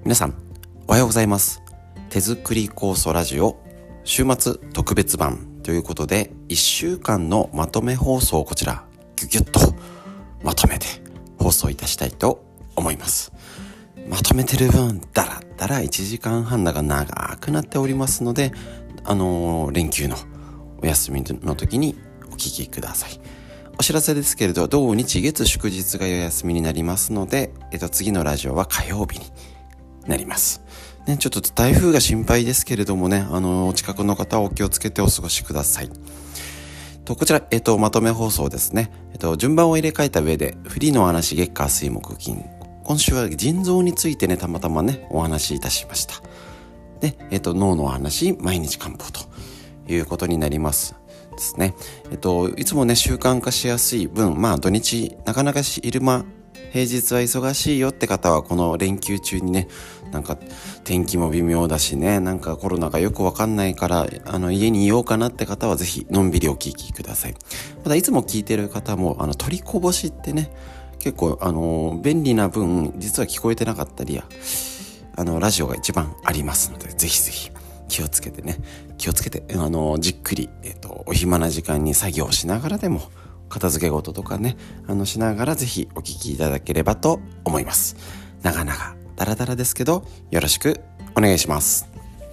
皆さんおはようございます。手作り酵素ラジオ週末特別版ということで、1週間のまとめ放送をこちらギュギュッとまとめて放送いたしたいと思います。まとめてる分だらだら1時間半が長くなっておりますので、連休のお休みの時にお聞きください。お知らせですけれど、土日月祝日がお休みになりますので、次のラジオは火曜日になりますね。ちょっと台風が心配ですけれどもね、お近くの方はお気をつけてお過ごしください。こちら、まとめ放送ですね。順番を入れ替えた上で、フリーのお話、月火水木金。今週は腎臓についてね、たまたまね、お話しいたしました。で、脳のお話、毎日漢方ということになりますですね。いつもね、習慣化しやすい分、土日、なかなか昼間、平日は忙しいよって方は、この連休中にね、天気も微妙だしね、コロナがよくわかんないから、家にいようかなって方はぜひのんびりお聞きください。まだいつも聞いてる方も、取りこぼしってね、結構便利な分、実は聞こえてなかったりや、ラジオが一番ありますので、ぜひぜひ気をつけて、じっくり、お暇な時間に作業しながらでも、片付け事とかね、しながらぜひお聞きいただければと思います。長々ダラダラですけど、よろしくお願いします。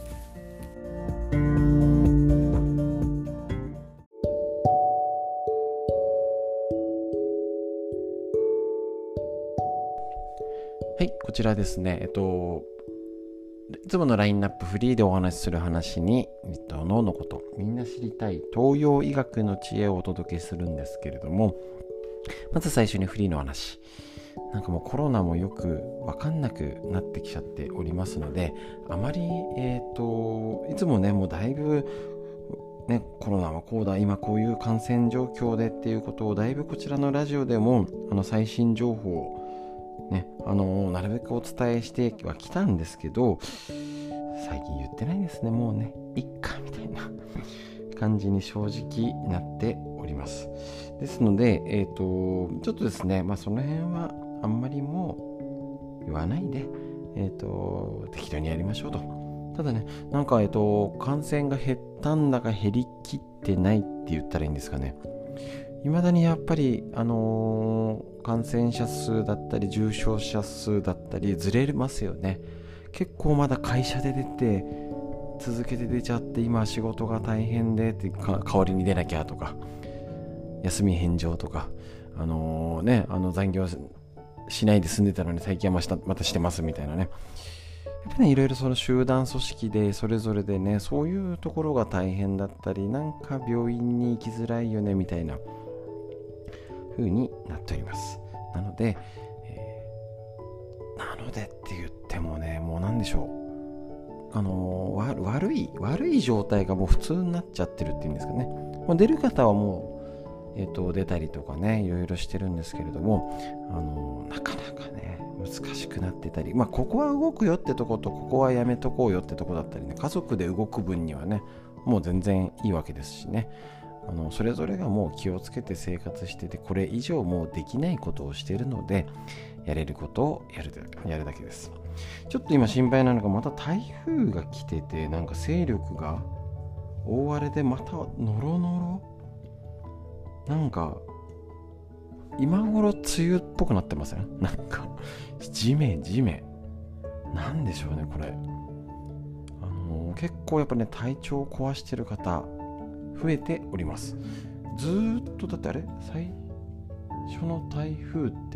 はい、こちらですね。いつものラインナップフリーでお話しする話に、脳のこと、みんな知りたい東洋医学の知恵をお届けするんですけれども、まず最初にフリーの話。もうコロナもよく分かんなくなってきちゃっておりますので、あまり、いつもね、もうだいぶ、ね、コロナはこうだ、今こういう感染状況でっていうことをだいぶこちらのラジオでも最新情報をね、なるべくお伝えしてはきたんですけど、最近言ってないですね。もうね、いっかみたいな感じに正直なっております。ですので、ちょっとですね、その辺はあんまりもう言わないで、適当にやりましょうと。ただね、感染が減ったんだか減りきってないって言ったらいいんですかね。未だにやっぱり、感染者数だったり重症者数だったりずれますよね。結構まだ会社で出て続けて出ちゃって、今仕事が大変でって代わりに出なきゃとか、休み返上とか、残業しないで済んでたのに最近はまたしてますみたいなね。やっぱりね、いろいろその集団組織でそれぞれでね、そういうところが大変だったり、病院に行きづらいよねみたいな風になっております。なのでって言ってもね、もうなんでしょう、悪い状態がもう普通になっちゃってるっていうんですかね。もう出る方はもう、出たりとかね、いろいろしてるんですけれども、なかなかね難しくなってたり、ここは動くよってとことここはやめとこうよってとこだったりね、家族で動く分にはねもう全然いいわけですしね、それぞれがもう気をつけて生活してて、これ以上もうできないことをしているので、やれることをやるだけです。ちょっと今心配なのが、また台風が来てて、勢力が大荒れで、またノロノロ、今頃梅雨っぽくなってません？ジメなんでしょうねこれ。結構やっぱね、体調を壊してる方増えております。ずーっと、だってあれ最初の台風って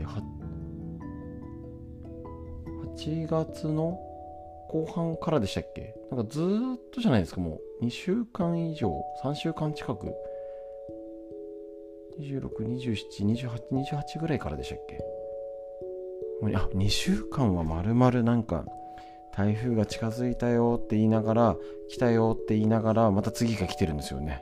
8月の後半からでしたっけ？ずーっとじゃないですか。もう2週間以上、3週間近く、26、27、28ぐらいからでしたっけ？2週間は丸々台風が近づいたよって言いながら、来たよって言いながら、また次が来てるんですよね。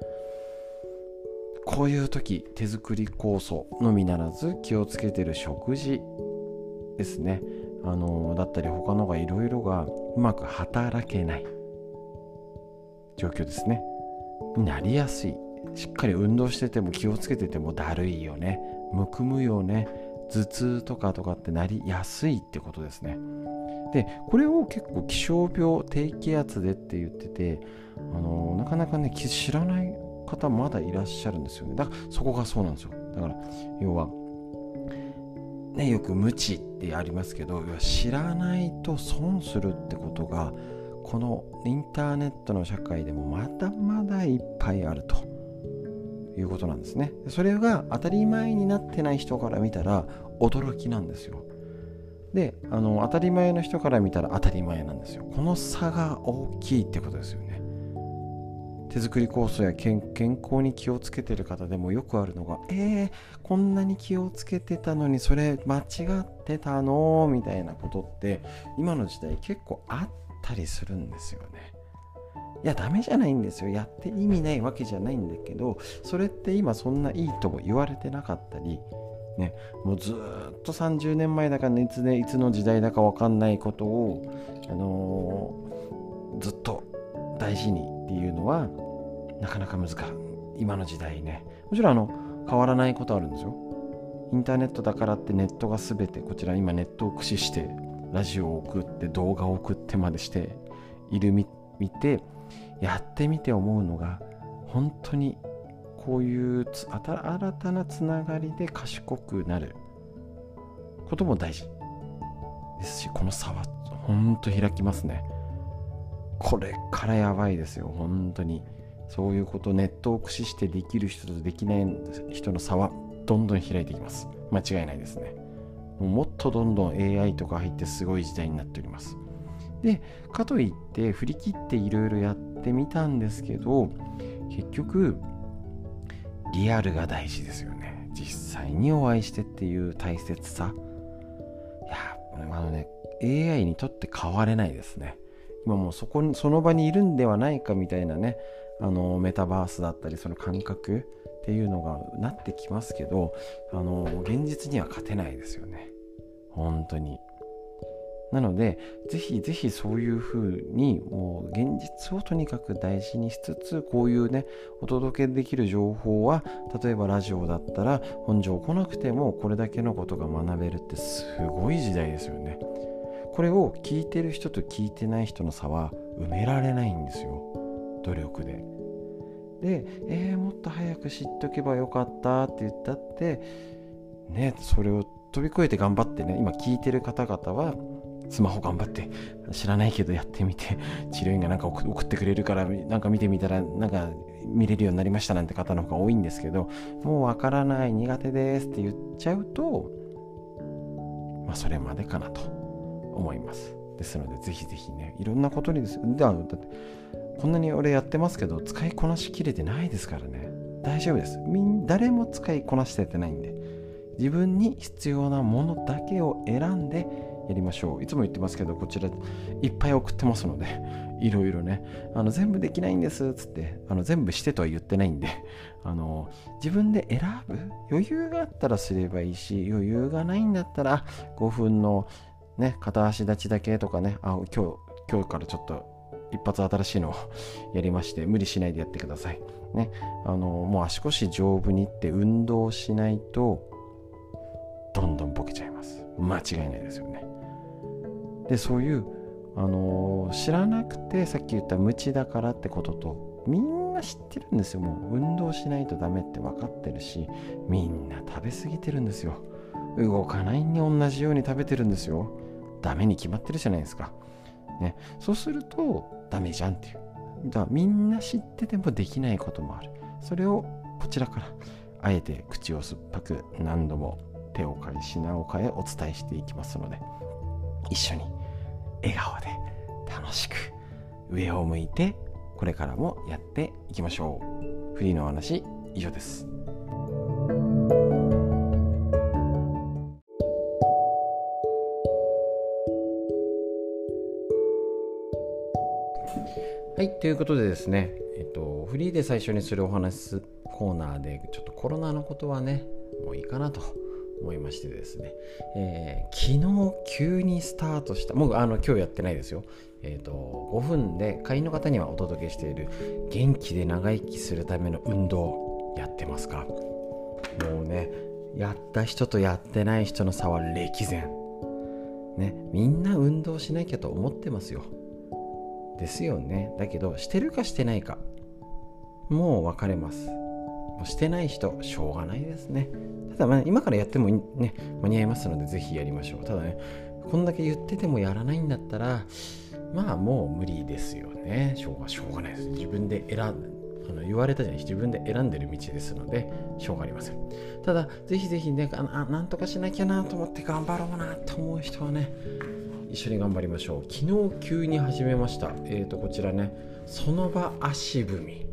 こういう時、手作り酵素のみならず気をつけてる食事ですね。だったり他のがいろいろがうまく働けない状況ですね。になりやすい。しっかり運動してても気をつけててもだるいよね、むくむよね、頭痛とかってなりやすいってことですね。 でこれを結構気象病低気圧でって言ってて、なかなかね知らない方まだいらっしゃるんですよね。だからそこがそうなんですよ。だから要はね、よく無知ってありますけど、要は知らないと損するってことがこのインターネットの社会でもまだまだいっぱいあるということなんですね。それが当たり前になってない人から見たら驚きなんですよ。で、当たり前の人から見たら当たり前なんですよ。この差が大きいってことですよね。手作り酵素や健康に気をつけてる方でもよくあるのが、こんなに気をつけてたのにそれ間違ってたのみたいなことって今の時代結構あったりするんですよね。いやダメじゃないんですよ。やって意味ないわけじゃないんだけど、それって今そんないいとも言われてなかったりね、もうずっと30年前だか、いつの時代だか分かんないことを、ずっと大事にっていうのはなかなか難しい。今の時代ね、もちろん変わらないことあるんですよ。インターネットだからってネットが全て、こちら今ネットを駆使してラジオを送って動画を送ってまでしている見てやってみて思うのが、本当にこういう新たなつながりで賢くなることも大事ですし、この差は本当開きますね。これからやばいですよ、本当に。そういうこと、ネットを駆使してできる人とできない人の差はどんどん開いていきます。間違いないですね。もっとどんどん AI とか入ってすごい時代になっております。で、かといって振り切っていろいろやってみたんですけど、結局リアルが大事ですよね。実際にお会いしてっていう大切さ。いや、AI にとって変われないですね。今もうその場にいるんではないかみたいなね、メタバースだったりその感覚っていうのがなってきますけど、現実には勝てないですよね。本当に。なのでぜひぜひそういう風にもう現実をとにかく大事にしつつ、こういうねお届けできる情報は、例えばラジオだったら本庄来なくてもこれだけのことが学べるってすごい時代ですよね。これを聞いてる人と聞いてない人の差は埋められないんですよ、努力で。で、もっと早く知っとけばよかったって言ったってね、それを飛び越えて頑張ってね、今聞いてる方々はスマホ頑張って知らないけどやってみて、治療院がなんか送ってくれるからなんか見てみたらなんか見れるようになりましたなんて方の方が多いんですけど、もうわからない、苦手ですって言っちゃうと、それまでかなと思います。ですのでぜひぜひね、いろんなことにです。だってこんなに俺やってますけど使いこなしきれてないですからね。大丈夫です。誰も使いこなしててないんで、自分に必要なものだけを選んでやりましょう。いつも言ってますけど、こちらいっぱい送ってますので、いろいろね、全部できないんですっつって全部してとは言ってないんで、自分で選ぶ、余裕があったらすればいいし、余裕がないんだったら5分のね片足立ちだけとかね、今日からちょっと一発新しいのをやりまして、無理しないでやってくださいね。もう足腰丈夫にって運動しないとどんどんボケちゃいます。間違いないですよね。で、そういう知らなくてさっき言った無知だからってことと、みんな知ってるんですよ。もう運動しないとダメって分かってるし、みんな食べ過ぎてるんですよ。動かないに同じように食べてるんですよ。ダメに決まってるじゃないですかね。そうするとダメじゃんっていう。だからみんな知っててもできないこともある。それをこちらからあえて口を酸っぱく何度も手を変え品を変えお伝えしていきますので、一緒に笑顔で楽しく上を向いてこれからもやっていきましょう。フリーのお話以上です。はい、ということでですね、フリーで最初にするお話コーナーでちょっとコロナのことはねもういいかなと思いましてですね、昨日急にスタートした、もう今日やってないですよ。5分で会員の方にはお届けしている元気で長生きするための運動やってますか？もうね、やった人とやってない人の差は歴然。 ね、みんな運動しなきゃと思ってますよ。ですよね。だけどしてるかしてないかもう分かれます。もうしてない人しょうがないですね。ただ今からやってもね間に合いますのでぜひやりましょう。ただね、こんだけ言っててもやらないんだったらもう無理ですよね。しょうがないです。自分で言われたじゃない、自分で選んでる道ですのでしょうがありません。ただぜひぜひね、なんとかしなきゃなと思って頑張ろうなと思う人はね、一緒に頑張りましょう。昨日急に始めました。こちらね、その場足踏み、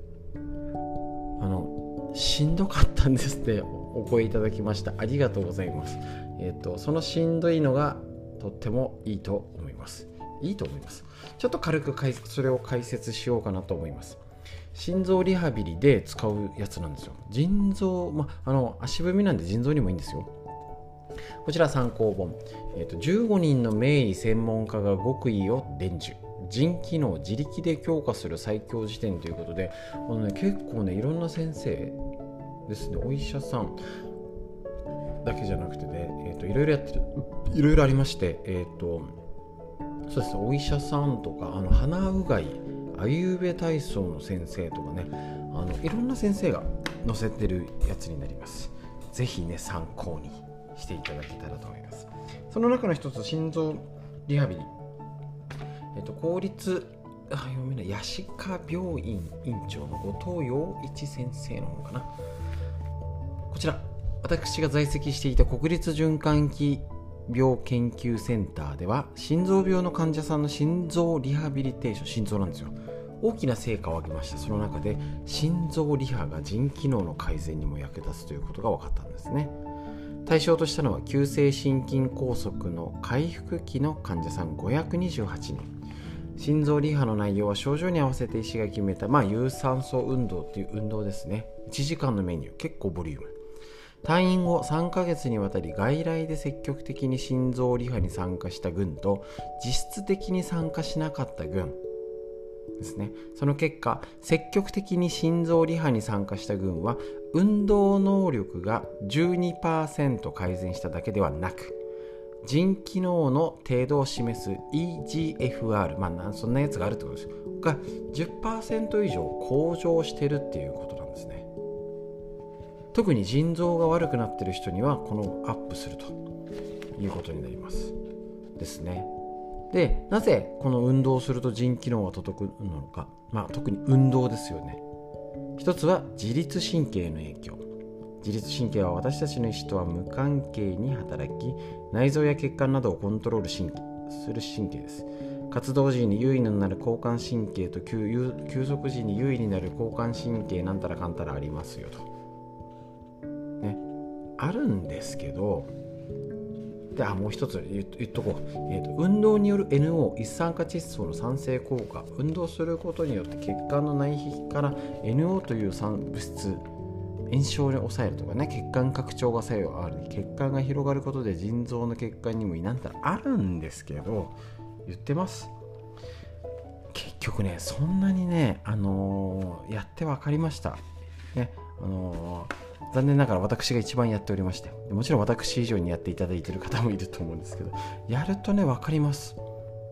しんどかったんですってお声いただきました。ありがとうございます。そのしんどいのがとってもいいと思います。ちょっと軽くそれを解説しようかなと思います。心臓リハビリで使うやつなんですよ。腎臓、足踏みなんで腎臓にもいいんですよ。こちら参考本、15人の名医専門家が極意を伝授、腎機能自力で強化する最強辞典ということで、結構ねいろんな先生ですね、お医者さんだけじゃなくてね、いろいろやってる、いろいろありまして、そうですね、お医者さんとか鼻うがい、あゆうべ体操の先生とかね、いろんな先生が載せてるやつになります。ぜひね参考にしていただけたらと思います。その中の一つ、心臓リハビリ、公立ヤシカ病院院長の後藤洋一先生の方かな。こちら私が在籍していた国立循環器病研究センターでは、心臓病の患者さんの心臓リハビリテーション、心臓なんですよ、大きな成果を上げました。その中で心臓リハが腎機能の改善にも役立つということが分かったんですね。対象としたのは急性心筋梗塞の回復期の患者さん528人。心臓リハの内容は症状に合わせて医師が決めた、有酸素運動っていう運動ですね。1時間のメニュー、結構ボリューム。退院後3ヶ月にわたり外来で積極的に心臓リハに参加した群と実質的に参加しなかった群ですね。その結果、積極的に心臓リハに参加した群は運動能力が 12% 改善しただけではなく、腎機能の程度を示す EGFR、そんなやつがあるってことですが 10% 以上向上してるっていうことなんですね。特に腎臓が悪くなっている人にはこのアップするということになりますですね。で、なぜこの運動をすると腎機能が届くのか、特に運動ですよね。一つは自律神経の影響。自律神経は私たちの意思とは無関係に働き、内臓や血管などをコントロールする神経です。活動時に優位になる交感神経と休息時に優位になる交感神経なんたらかんたらありますよと、あるんですけど、でもう一つ言っとこう、運動による NO 一酸化窒素の産生効果。運動することによって血管の内壁から NO という物質、炎症に抑えるとかね、血管拡張が作用ある、血管が広がることで腎臓の血管にもなんたらあるんですけど、言ってます。結局ね、そんなにね、やって分かりましたね。残念ながら私が一番やっておりまして、もちろん私以上にやっていただいている方もいると思うんですけど、やるとね分かります。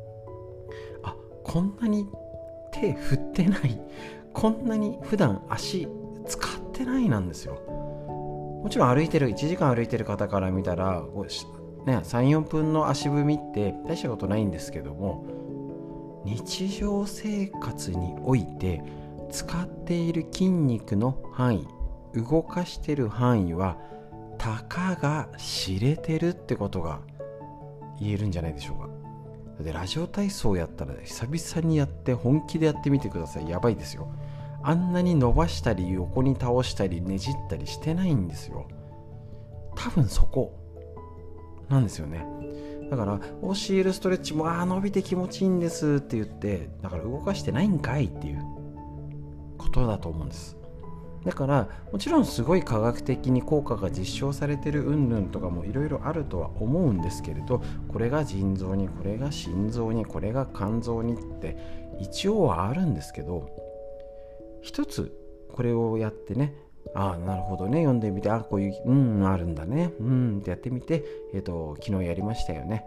こんなに手振ってない、こんなに普段足使ってないなんですよ。もちろん1時間歩いてる方から見たら、3、4分の足踏みって大したことないんですけども、日常生活において使っている筋肉の範囲、動かしてる範囲はたかが知れてるってことが言えるんじゃないでしょうか。で、ラジオ体操やったら久々にやって本気でやってみてください。やばいですよ。あんなに伸ばしたり横に倒したりねじったりしてないんですよ。多分そこなんですよね。だからOCLストレッチも伸びて気持ちいいんですって言って、だから動かしてないんかいっていうことだと思うんです。だからもちろんすごい科学的に効果が実証されてる云々とかもいろいろあるとは思うんですけれど、これが腎臓に、これが心臓に、これが肝臓にって一応はあるんですけど、一つこれをやってね、なるほどね、読んでみて、こういうあるんだね、ってやってみて、昨日やりましたよね。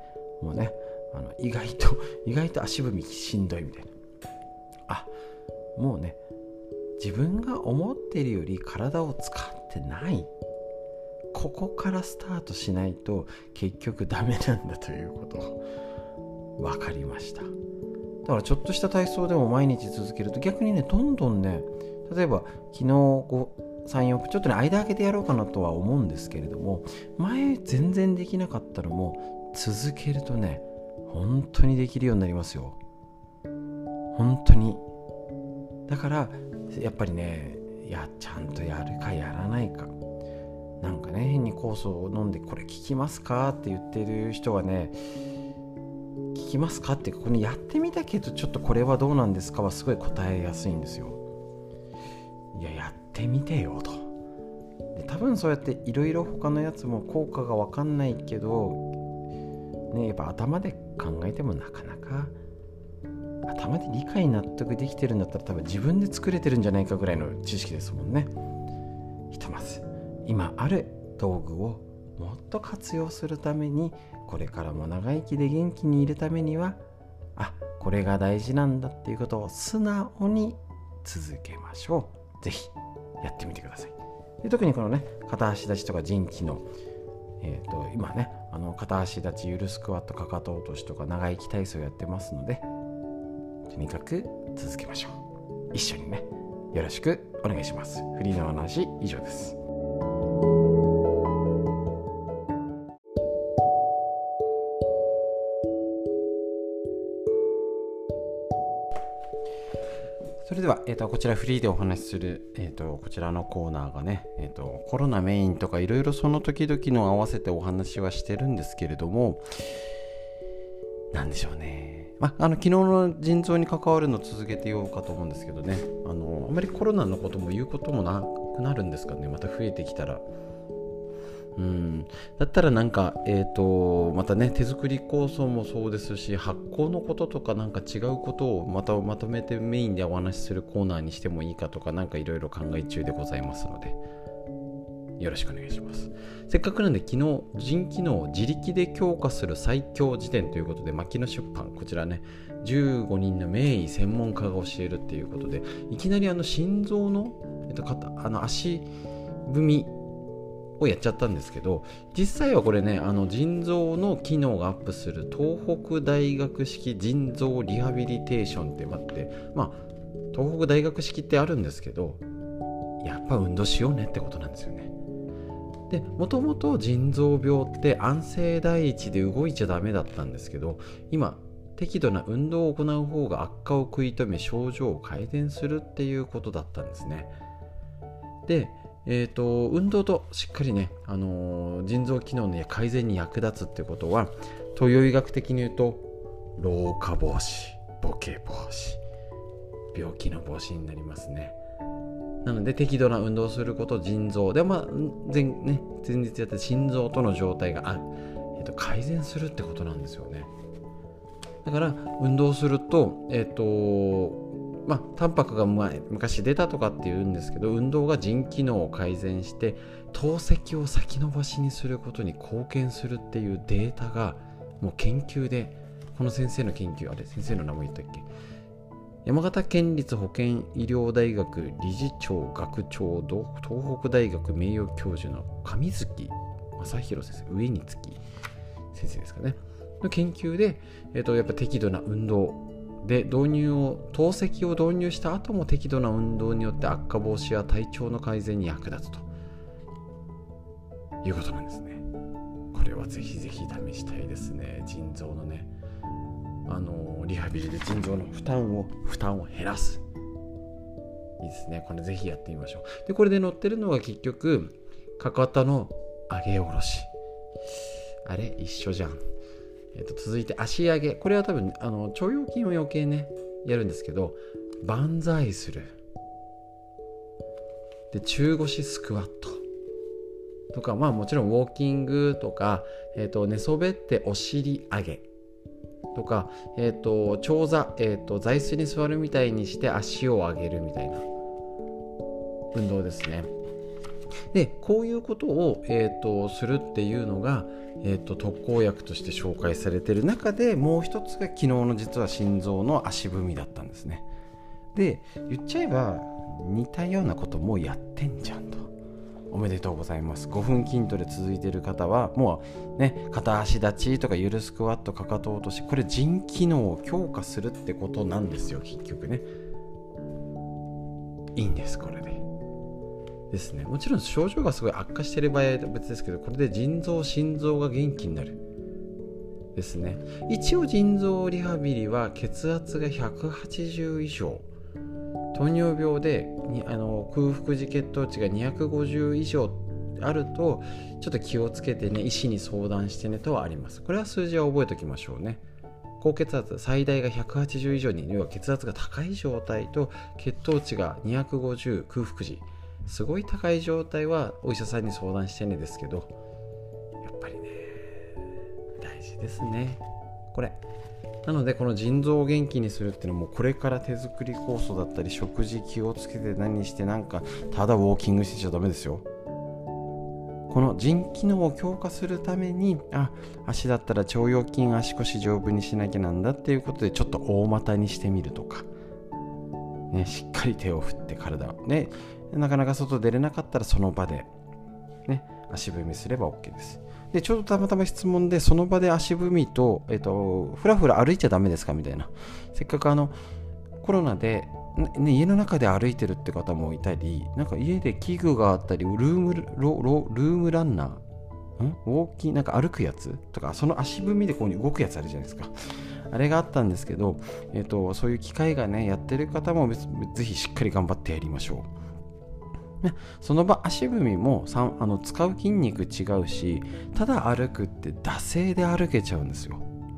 もうね意外と足踏みしんどいみたいな、もうね自分が思っているより体を使ってない、ここからスタートしないと結局ダメなんだということを分かりました。だからちょっとした体操でも毎日続けると逆にねどんどんね、例えば昨日3、4分ちょっとね間空けてやろうかなとは思うんですけれども、前全然できなかったのも続けるとね本当にできるようになりますよ。本当に。だからやっぱりねちゃんとやるかやらないか、なんかね変に酵素を飲んでこれ効きますかって言ってる人はね、効きますかってここにやってみたけどちょっとこれはどうなんですかはすごい答えやすいんですよ。やってみてよと。で多分そうやっていろいろ他のやつも効果が分かんないけどね、やっぱ頭で考えてもなかなか頭で理解納得できてるんだったら多分自分で作れてるんじゃないかぐらいの知識ですもんね。ひとまず今ある道具をもっと活用するために、これからも長生きで元気にいるためにはこれが大事なんだっていうことを素直に続けましょう。ぜひやってみてください。で特にこのね片足立ちとか人気の今ね片足立ちゆるスクワットかかと落としとか長生き体操やってますので、とにかく続けましょう。一緒にねよろしくお願いします。フリーの話以上です。それでは、こちらフリーでお話しする、こちらのコーナーがね、コロナメインとかいろいろその時々の合わせてお話はしてるんですけれども、なんでしょうね、昨日の腎臓に関わるの続けてようかと思うんですけどね、あまりコロナのことも言うこともなくなるんですかね、また増えてきたら。だったらなんかまたね手作り酵素もそうですし、発酵のこととかなんか違うことをまとめてメインでお話しするコーナーにしてもいいかとか、なんかいろいろ考え中でございますのでよろしくお願いします。せっかくなんで昨日腎機能を自力で強化する最強辞典ということで牧野出版、こちらね15人の名医専門家が教えるっていうことで、いきなり心臓の、足踏みをやっちゃったんですけど、実際はこれね腎臓の機能がアップする東北大学式腎臓リハビリテーションってあって、東北大学式ってあるんですけど、やっぱ運動しようねってことなんですよね。でもともと腎臓病って安静第一で動いちゃダメだったんですけど、今適度な運動を行う方が悪化を食い止め症状を改善するっていうことだったんですね。で運動としっかりね、腎臓機能の改善に役立つってことは、東洋医学的に言うと老化防止、ボケ防止、病気の防止になりますね。なので適度な運動をすること、腎臓で前日やった心臓との状態が改善するってことなんですよね。だから運動するとタンパクが昔出たとかっていうんですけど、運動が腎機能を改善して透析を先延ばしにすることに貢献するっていうデータがもう研究で、この先生の研究、先生の名前言ったっけ、山形県立保健医療大学理事長学長東北大学名誉教授の上月正弘先生、上につき先生ですかねの研究で、やっぱ適度な運動で透析を導入した後も適度な運動によって悪化防止や体調の改善に役立つということなんですね。これはぜひぜひ試したいですね。腎臓のねリハビリで腎臓の負担を減らす、いいですね。これぜひやってみましょう。でこれで載ってるのが結局かかとの上げ下ろし、一緒じゃん。続いて足上げ、これは多分腸腰筋を余計ねやるんですけど、万歳するで中腰スクワットとか、もちろんウォーキングとか、寝そべってお尻上げとか、長座、座椅子に座るみたいにして足を上げるみたいな運動ですね。 でこういうことを、するっていうのが、特効薬として紹介されている中で、もう一つが昨日の実は心臓の足踏みだったんですね。で言っちゃえば似たようなこともうやってんじゃんと。おめでとうございます。5分筋トレ続いている方はもうね、片足立ちとかゆるスクワット、かかと落とし、これ腎機能を強化するってことなんですよ。結局ねいいんです。これでですね、もちろん症状がすごい悪化している場合は別ですけど、これで腎臓心臓が元気になるですね。一応腎臓リハビリは血圧が180以上、糖尿病で空腹時血糖値が250以上あるとちょっと気をつけてね、医師に相談してねとはあります。これは数字は覚えておきましょうね。高血圧最大が180以上に、要は血圧が高い状態と血糖値が250、空腹時すごい高い状態はお医者さんに相談してねですけど、やっぱりね大事ですねこれ。なのでこの腎臓を元気にするっていうのも、これから手作り酵素だったり食事気をつけて何して、なんかただウォーキングしてちゃダメですよ。この腎機能を強化するために、足だったら腸腰筋、足腰丈夫にしなきゃなんだっていうことで、ちょっと大股にしてみるとか、ね、しっかり手を振って体をね、なかなか外出れなかったらその場で、ね、足踏みすれば OK です。でちょうどたまたま質問で、その場で足踏みと、ふらふら歩いちゃダメですかみたいな。せっかくコロナで、ね、家の中で歩いてるって方もいたり、なんか家で器具があったり、ルームランナー、ウォーキング、なんか歩くやつとか、その足踏みでこう動くやつあるじゃないですか。あれがあったんですけど、そういう機会がねやってる方もぜひしっかり頑張ってやりましょう。その場足踏みも使う筋肉違うし、ただ歩くって惰性で歩けちゃうんですよ。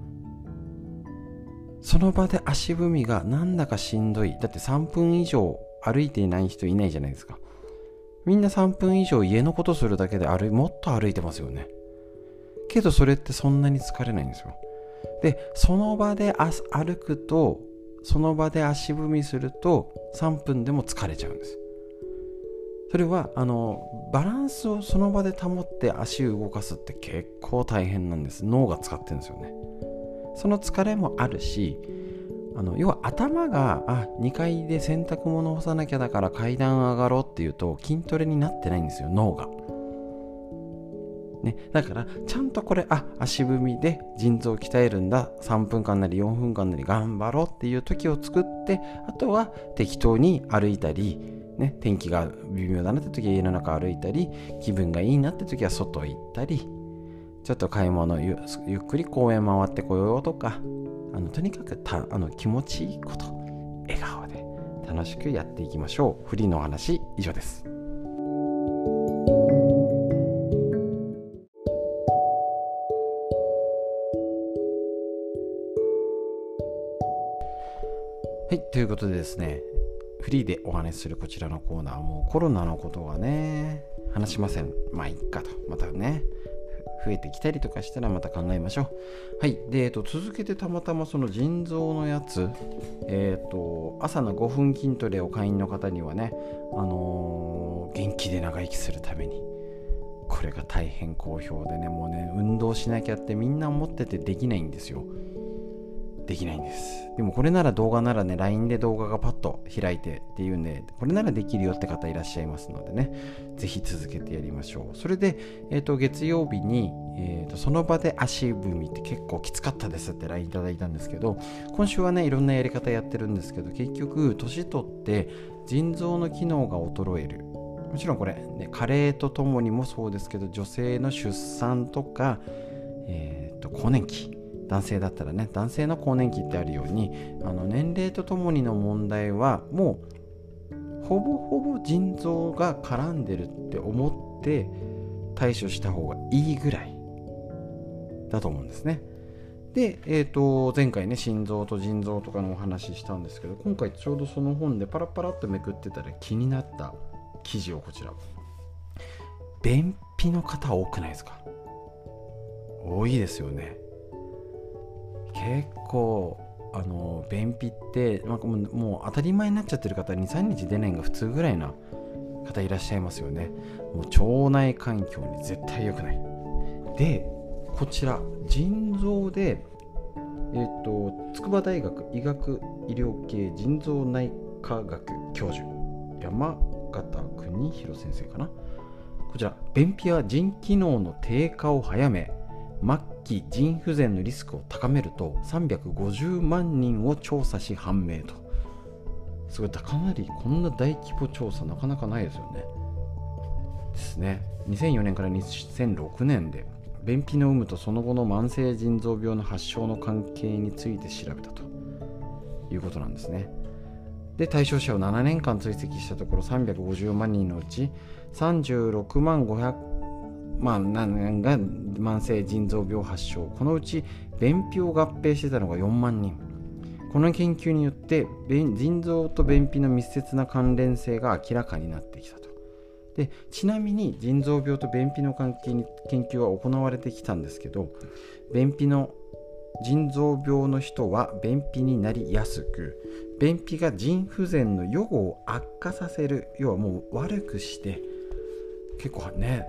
その場で足踏みがなんだかしんどい。だって3分以上歩いていない人いないじゃないですか。みんな3分以上家のことするだけでもっと歩いてますよね。けどそれってそんなに疲れないんですよ。でその場で歩くと、その場で足踏みすると3分でも疲れちゃうんです。それはバランスをその場で保って足を動かすって結構大変なんです。脳が使ってるんですよね。その疲れもあるし、要は頭が2階で洗濯物を干さなきゃだから階段上がろうっていうと筋トレになってないんですよ、脳がね。だからちゃんとこれ足踏みで腎臓を鍛えるんだ、3分間なり4分間なり頑張ろうっていう時を作って、あとは適当に歩いたりね、天気が微妙だなって時は家の中歩いたり、気分がいいなって時は外行ったり、ちょっと買い物 ゆっくり公園回ってこようとか、とにかく気持ちいいこと、笑顔で楽しくやっていきましょう。フリーのお話以上です。はい、ということでですね、フリーでお話しするこちらのコーナー、もうコロナのことはね話しません。まあいっかと、またね増えてきたりとかしたらまた考えましょう。はい。で、続けてたまたまその腎臓のやつ、朝の5分筋トレを会員の方にはね、元気で長生きするために、これが大変好評でね、もうね運動しなきゃってみんな思っててできないんですよ。できないんです。でもこれなら動画ならね LINE で動画がパッと開いてっていうんで、これならできるよって方いらっしゃいますのでね、ぜひ続けてやりましょう。それで、月曜日に、その場で足踏みって結構きつかったですって LINE いただいたんですけど、今週はねいろんなやり方やってるんですけど、結局年取って腎臓の機能が衰える。もちろんこれ、ね、加齢とともにもそうですけど、女性の出産とか、更年期、男性だったらね、男性の更年期ってあるように、年齢とともにの問題はもうほぼほぼ腎臓が絡んでるって思って対処した方がいいぐらいだと思うんですね。で、前回ね心臓と腎臓とかのお話ししたんですけど、今回ちょうどその本でパラパラっとめくってたら気になった記事をこちら。便秘の方多くないですか？多いですよね。結構便秘ってなんかもう当たり前になっちゃってる方、 2,3 日出ないのが普通ぐらいな方いらっしゃいますよね。もう腸内環境に絶対良くない。でこちら腎臓で筑波大学医学医療系腎臓内科学教授山形邦弘先生かな。こちら便秘は腎機能の低下を早め末期腎不全のリスクを高めると350万人を調査し判明と。すごい、かなりこんな大規模調査なかなかないですよね。ですね。2004年から2006年で便秘の有無とその後の慢性腎臓病の発症の関係について調べたということなんですね。で対象者を7年間追跡したところ350万人のうち36万500万人が慢性腎臓病発症、このうち便秘を合併してたのが4万人。この研究によって腎臓と便秘の密接な関連性が明らかになってきたと。でちなみに腎臓病と便秘の関係に研究は行われてきたんですけど、腎臓病の人は便秘になりやすく、便秘が腎不全の予後を悪化させる、要はもう悪くして結構ね、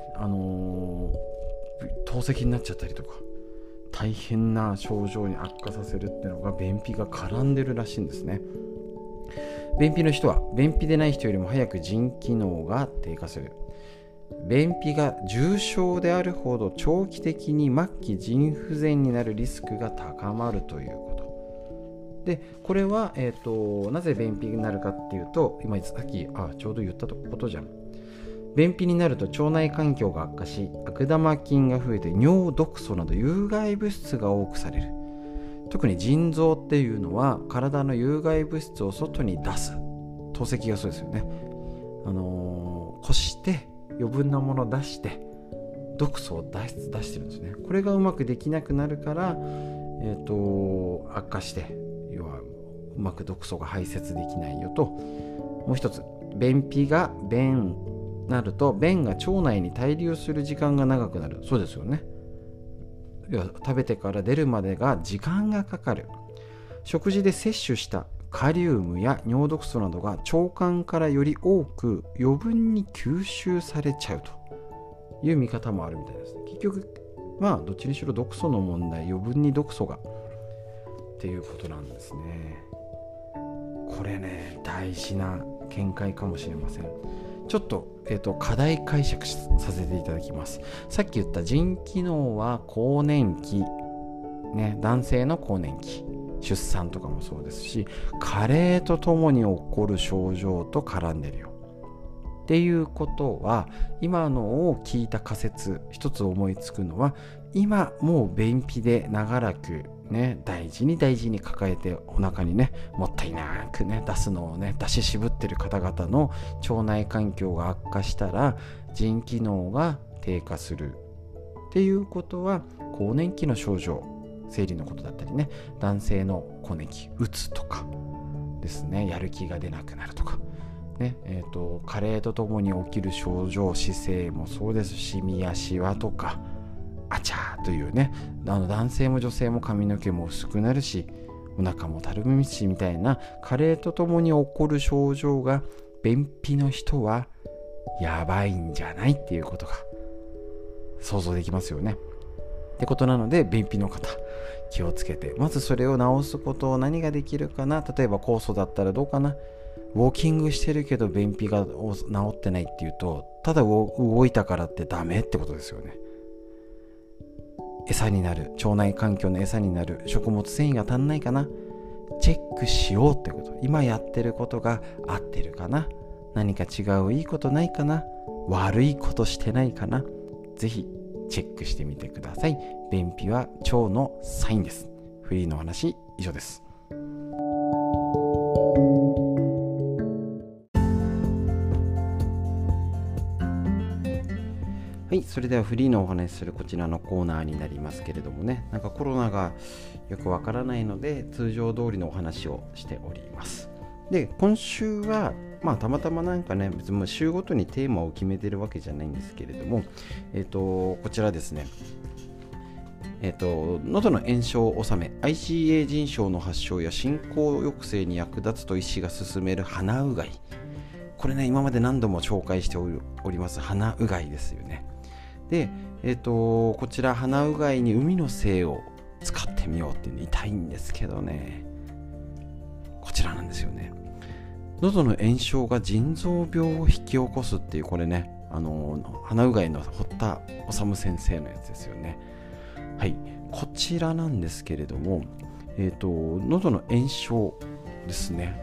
透析になっちゃったりとか大変な症状に悪化させるっていうのが便秘が絡んでるらしいんですね。便秘の人は便秘でない人よりも早く腎機能が低下する。便秘が重症であるほど長期的に末期腎不全になるリスクが高まるということで、これは、なぜ便秘になるかっていうと、今さっきちょうど言ったことじゃん。便秘になると腸内環境が悪化し悪玉菌が増えて尿毒素など有害物質が多くされる。特に腎臓っていうのは体の有害物質を外に出す、透析がそうですよね。こして余分なものを出して毒素を出してるんですね。これがうまくできなくなるから、悪化して、要はうまく毒素が排泄できないよと。もう一つ、便秘がなると便が腸内に滞留する時間が長くなる。そうですよね。食べてから出るまでが時間がかかる。食事で摂取したカリウムや尿毒素などが腸管からより多く余分に吸収されちゃうという見方もあるみたいですね。結局どっちにしろ毒素の問題、余分に毒素がっていうことなんですね。これね、大事な見解かもしれません。ちょっと、課題解釈させていただきます。さっき言った腎機能は更年期、ね、男性の更年期、出産とかもそうですし、加齢とともに起こる症状と絡んでるよっていうことは、今のを聞いた仮説一つ思いつくのは、今もう便秘で長らくね、大事に抱えてお腹にね、もったいなくね出すのをね出し渋ってる方々の腸内環境が悪化したら腎機能が低下するっていうことは、更年期の症状、生理のことだったりね、男性の更年期、うつとかですね、やる気が出なくなるとかね、加齢とともに起きる症状、姿勢もそうですし、右足はとかあちゃーというね、男性も女性も髪の毛も薄くなるし、お腹もたるむしみたいな加齢とともに起こる症状が便秘の人はやばいんじゃないっていうことが想像できますよね。ってことなので、便秘の方気をつけて、まずそれを治すことを何ができるかな。例えば酵素だったらどうかな。ウォーキングしてるけど便秘が治ってないっていうと、ただ動いたからってダメってことですよね。餌になる、腸内環境の餌になる食物繊維が足んないかな、チェックしようってこと。今やってることが合ってるかな、何か違ういいことないかな、悪いことしてないかな、ぜひチェックしてみてください。便秘は腸のサインです。フリーの話以上です。はい、それではフリーのお話しするこちらのコーナーになりますけれどもね、なんかコロナがよくわからないので通常通りのお話をしております。で、今週はたまたまなんかね、別に週ごとにテーマを決めてるわけじゃないんですけれども、こちらですね、喉の炎症を治め ICA 腎症の発症や進行抑制に役立つと医師が勧める鼻うがいこれね、今まで何度も紹介しております鼻うがいですよね。で、こちら鼻うがいに海の精を使ってみようって言いたいんですけどね、こちらなんですよね。喉の炎症が腎臓病を引き起こすっていう、これね、鼻うがいの堀田修先生のやつですよね。はい、こちらなんですけれども、喉の炎症ですね。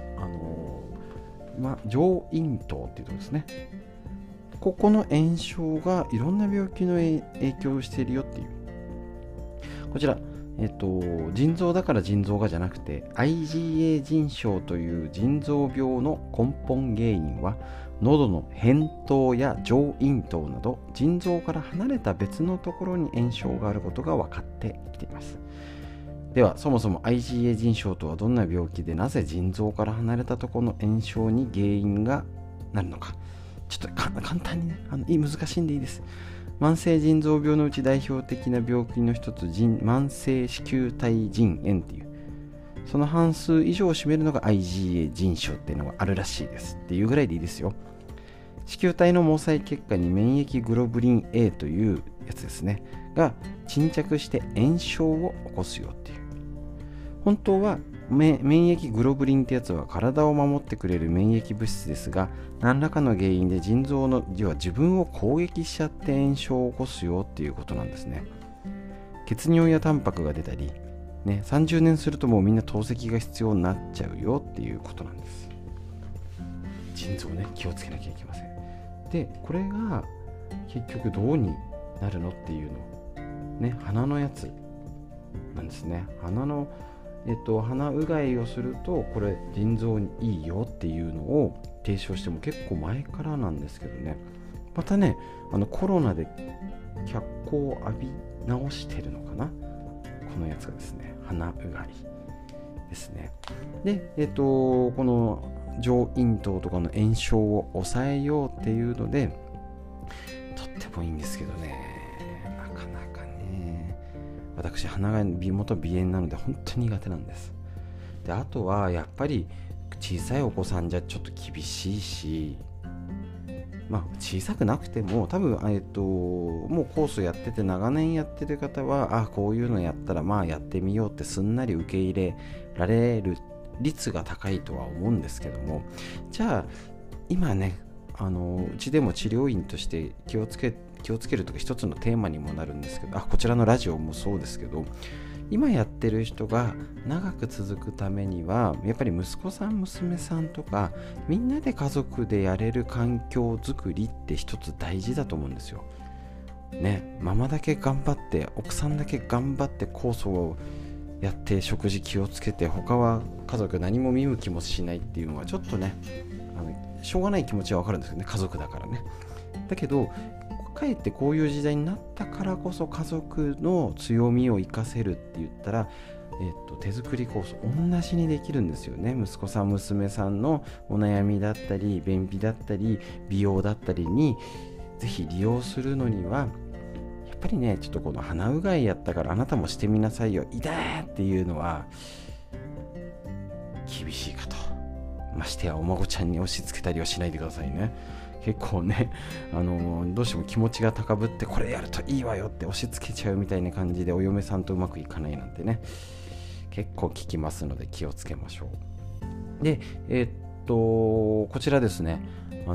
上咽頭っていうところですね。ここの炎症がいろんな病気の影響をしているよっていう。こちら、腎臓だから腎臓がじゃなくて IgA 腎症という腎臓病の根本原因は喉の扁桃や上咽頭など腎臓から離れた別のところに炎症があることが分かってきています。ではそもそも IgA 腎症とはどんな病気で、なぜ腎臓から離れたところの炎症に原因がなるのか、ちょっと簡単にね、難しいんでいいです。慢性腎臓病のうち代表的な病気の一つ、慢性子宮体腎炎っていう、その半数以上を占めるのが IgA 腎症っていうのがあるらしいですっていうぐらいでいいですよ。子宮体の毛細血管に免疫グロブリン A というやつですねが沈着して炎症を起こすよっていう。本当は免疫グロブリンってやつは体を守ってくれる免疫物質ですが、何らかの原因で腎臓の自分を攻撃しちゃって炎症を起こすよっていうことなんですね。血尿やタンパクが出たり、ね、30年するともうみんな透析が必要になっちゃうよっていうことなんです。腎臓ね、気をつけなきゃいけません。で、これが結局どうになるのっていうのね、鼻のやつなんですね。鼻うがいをするとこれ腎臓にいいよっていうのを提唱しても結構前からなんですけどね、またね、コロナで脚光を浴び直してるのかな、このやつがですね、鼻うがいですね。で、この上咽頭とかの炎症を抑えようっていうのでとってもいいんですけどね、なかなかね、私鼻が元鼻炎なので本当に苦手なんです。で、あとはやっぱり小さいお子さんじゃちょっと厳しいし、小さくなくても多分、もうコースやってて長年やってる方はこういうのやったらやってみようってすんなり受け入れられる率が高いとは思うんですけども、じゃあ今ね、うちでも治療院として気をつけるとか一つのテーマにもなるんですけど、こちらのラジオもそうですけど、今やってる人が長く続くためにはやっぱり息子さん娘さんとかみんなで家族でやれる環境づくりって一つ大事だと思うんですよね。ママだけ頑張って奥さんだけ頑張って酵素をやって食事気をつけて他は家族何も見向きもしないっていうのはちょっとね、しょうがない気持ちはわかるんですよね、家族だからね。だけどかえってこういう時代になったからこそ家族の強みを生かせるって言ったら、手作り酵素同じにできるんですよね。息子さん娘さんのお悩みだったり便秘だったり美容だったりにぜひ利用するのにはやっぱりね、ちょっとこの鼻うがいやったからあなたもしてみなさいよ痛いっていうのは厳しいかと。ましてやお孫ちゃんに押し付けたりはしないでくださいね。結構ね、どうしても気持ちが高ぶってこれやるといいわよって押し付けちゃうみたいな感じでお嫁さんとうまくいかないなんてね、結構聞きますので気をつけましょう。で、こちらですね、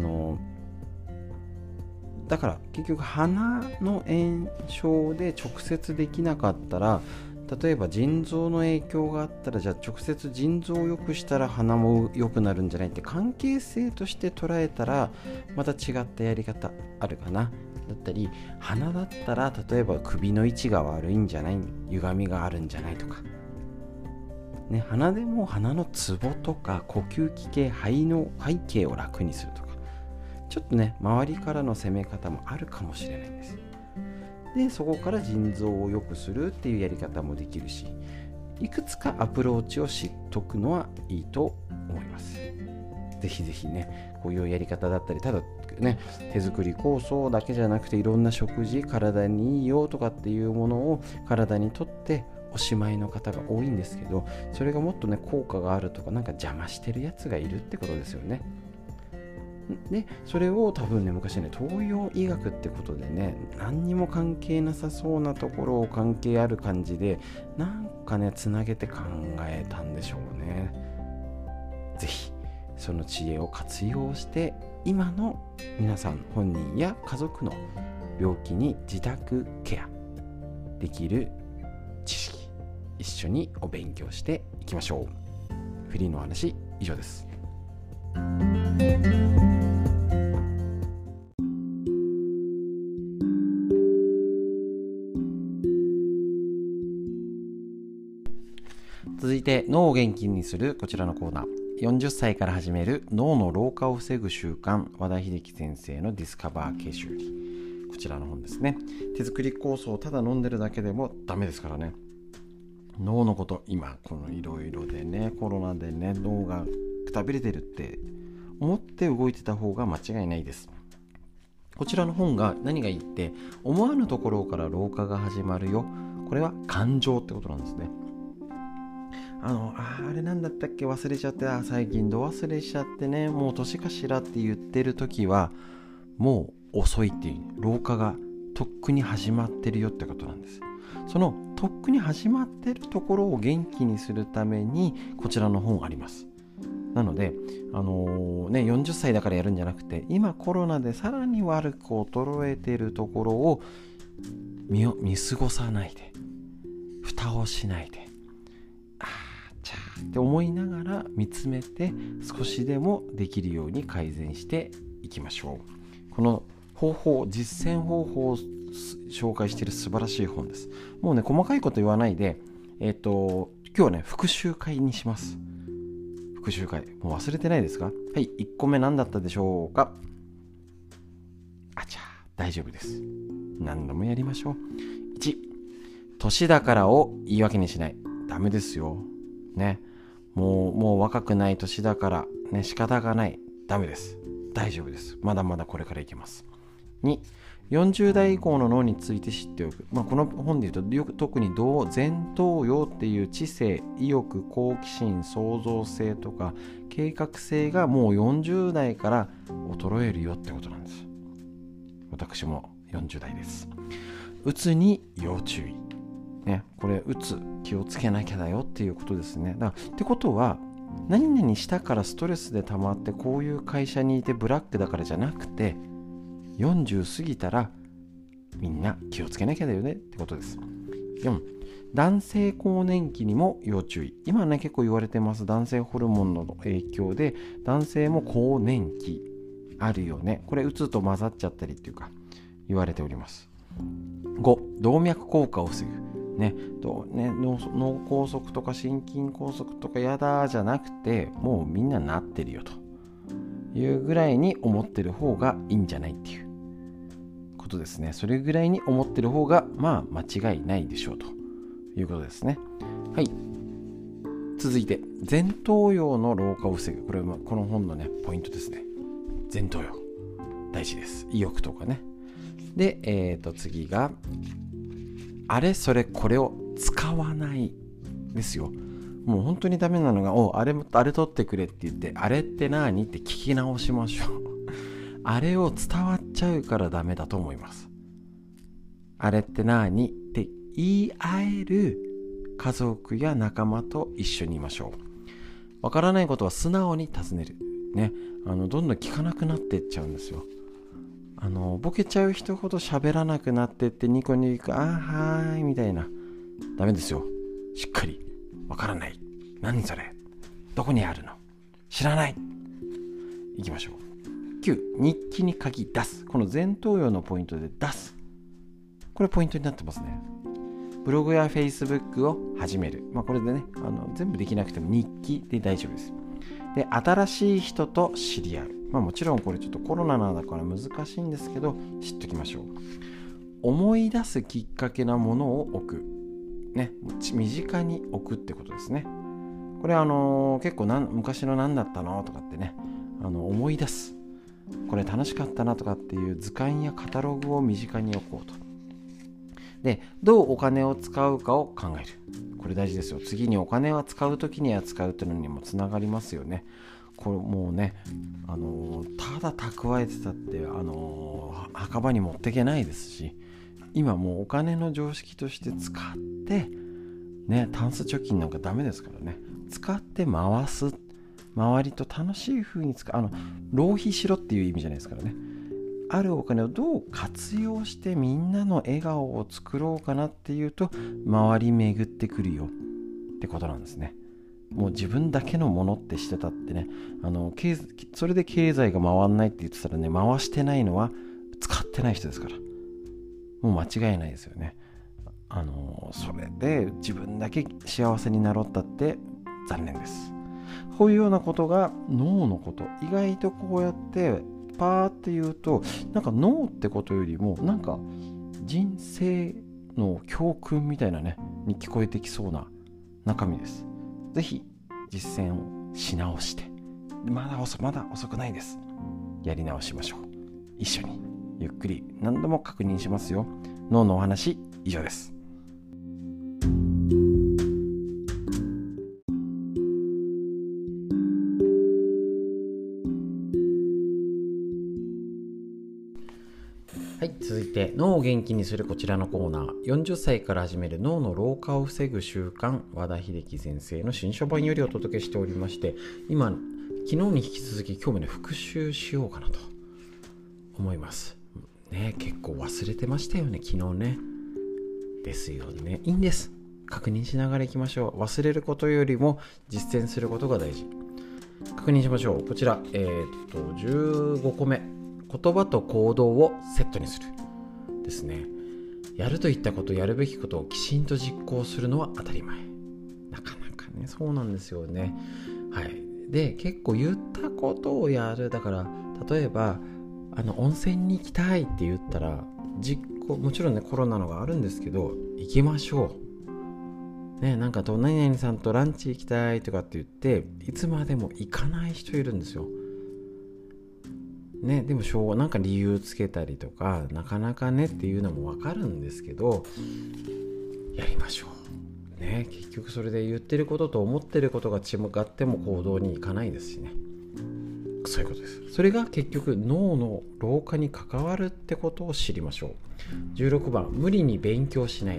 だから結局鼻の炎症で直接できなかったら、例えば腎臓の影響があったら、じゃあ直接腎臓を良くしたら鼻も良くなるんじゃないって関係性として捉えたらまた違ったやり方あるかな。だったり鼻だったら例えば首の位置が悪いんじゃない、歪みがあるんじゃないとかね、鼻でも鼻のツボとか呼吸器系肺の背景を楽にするとか、ちょっとね周りからの攻め方もあるかもしれないんです。でそこから腎臓を良くするっていうやり方もできるし、いくつかアプローチを知っとくのはいいと思います。ぜひぜひね、こういうやり方だったり、ただね手作り酵素だけじゃなくていろんな食事、体にいいよとかっていうものを体にとっておしまいの方が多いんですけど、それがもっとね効果があるとかなんか邪魔してるやつがいるってことですよね。 でそれを多分ね、昔ね、東洋医学ってことでね、何にも関係なさそうなところを関係ある感じでなんかねつなげて考えたんでしょうね。ぜひその知恵を活用して今の皆さん本人や家族の病気に自宅ケアできる知識、一緒にお勉強していきましょう。フリーの話以上です。続いて脳を元気にするこちらのコーナー、40歳から始める脳の老化を防ぐ習慣、和田秀樹先生のディスカバー研修理、こちらの本ですね。手作り酵素をただ飲んでるだけでもダメですからね。脳のこと、今このいろいろでね、コロナでね、脳がくたびれてるって思って動いてた方が間違いないです。こちらの本が何がいいって、思わぬところから老化が始まるよ、これは感情ってことなんですね。あれなんだったっけ忘れちゃって、最近度忘れしちゃってね、もう年かしらって言ってる時はもう遅いっていう、老化がとっくに始まってるよってことなんです。そのとっくに始まってるところを元気にするためにこちらの本あります。なので40歳だからやるんじゃなくて、今コロナでさらに悪く衰えているところを見過ごさないで、蓋をしないで、って思いながら見つめて、少しでもできるように改善していきましょう。この方法、実践方法を紹介している素晴らしい本です。もうね、細かいこと言わないで、今日はね、復習会にします。復習会、もう忘れてないですか？はい、1個目何だったでしょうか？大丈夫です。何度もやりましょう。1、年だからを言い訳にしない。ダメですよ。ね。もう若くない年だからね、仕方がない。ダメです。大丈夫です。まだまだこれからいけます。2、40代以降の脳について知っておく。この本で言うと、特に前頭葉っていう知性、意欲、好奇心、創造性とか計画性がもう40代から衰えるよってことなんです。私も40代です。うつに要注意。ね、これうつ気をつけなきゃだよっていうことですね。ってことは、何々したからストレスで溜まってこういう会社にいてブラックだからじゃなくて、40過ぎたらみんな気をつけなきゃだよねってことです。4、男性更年期にも要注意。今ね、結構言われてます。男性ホルモンの影響で男性も更年期あるよね。これうつと混ざっちゃったりっていうか言われております。5、動脈硬化を防ぐ。脳梗塞とか心筋梗塞とかやだじゃなくて、もうみんななってるよというぐらいに思ってる方がいいんじゃないっていうことですね。それぐらいに思ってる方が間違いないでしょうということですね。はい。続いて、前頭葉の老化を防ぐ。これはこの本のねポイントですね。前頭葉大事です。意欲とかね。で、次があれそれこれを使わないですよ。もう本当にダメなのが、あれ取ってくれって言って、あれって何って聞き直しましょう。あれを伝わっちゃうからダメだと思います。あれって何って言い合える家族や仲間と一緒にいましょう。わからないことは素直に尋ねる。ね、どんどん聞かなくなっていっちゃうんですよ。ボケちゃう人ほど喋らなくなってってニコニコ、はーいみたいな。ダメですよ。しっかり、わからない。何それ、どこにあるの、知らない。いきましょう。9、日記に書き出す。この前頭葉のポイントで出す。これポイントになってますね。ブログやフェイスブックを始める。これでね、全部できなくても日記で大丈夫です。で、新しい人と知り合う。もちろんこれちょっとコロナだから難しいんですけど、知っときましょう。思い出すきっかけなものを置く。ね、身近に置くってことですね。これ結構昔の何だったのとかってね、思い出す。これ楽しかったなとかっていう図鑑やカタログを身近に置こうと。で、どうお金を使うかを考える。これ大事ですよ。次にお金を使うときには使うというのにもつながりますよね。 これもうねただ蓄えてたって墓場に持ってけないですし、今もうお金の常識として使ってね、タンス貯金なんかダメですからね、使って回す、周りと楽しい風に浪費しろっていう意味じゃないですからね。あるお金をどう活用してみんなの笑顔を作ろうかなっていうと、周り巡ってくるよってことなんですね。もう自分だけのものってしてたってね、それで経済が回んないって言ってたらね、回してないのは使ってない人ですから、もう間違いないですよね。それで自分だけ幸せになろうったって残念です。こういうようなことが脳のこと、意外とこうやってパーって言うと、なんか脳ってことよりもなんか人生の教訓みたいなねに聞こえてきそうな中身です。ぜひ実践をし直して、まだ遅くないです。やり直しましょう。一緒にゆっくり何度も確認しますよ。脳のお話以上です。はい、続いて脳を元気にするこちらのコーナー、40歳から始める脳の老化を防ぐ習慣、和田秀樹先生の新書版よりお届けしておりまして、昨日に引き続き今日もね復習しようかなと思いますね。結構忘れてましたよね、昨日ね。ですよね。いいんです。確認しながらいきましょう。忘れることよりも実践することが大事。確認しましょう。こちら15個目、言葉と行動をセットにするですね。やるといったこと、やるべきことをきちんと実行するのは当たり前。なかなかね、そうなんですよね。はい。で、結構言ったことをやる。だから例えば温泉に行きたいって言ったらもちろんねコロナのがあるんですけど、行きましょうね。なんか何々さんとランチ行きたいとかって言っていつまでも行かない人いるんですよね。でもなんか理由つけたりとか、なかなかねっていうのも分かるんですけど、やりましょうね。結局それで言ってることと思ってることが違っても行動に行かないですしね。そういうことです。それが結局脳の老化に関わるってことを知りましょう。16番、無理に勉強しない。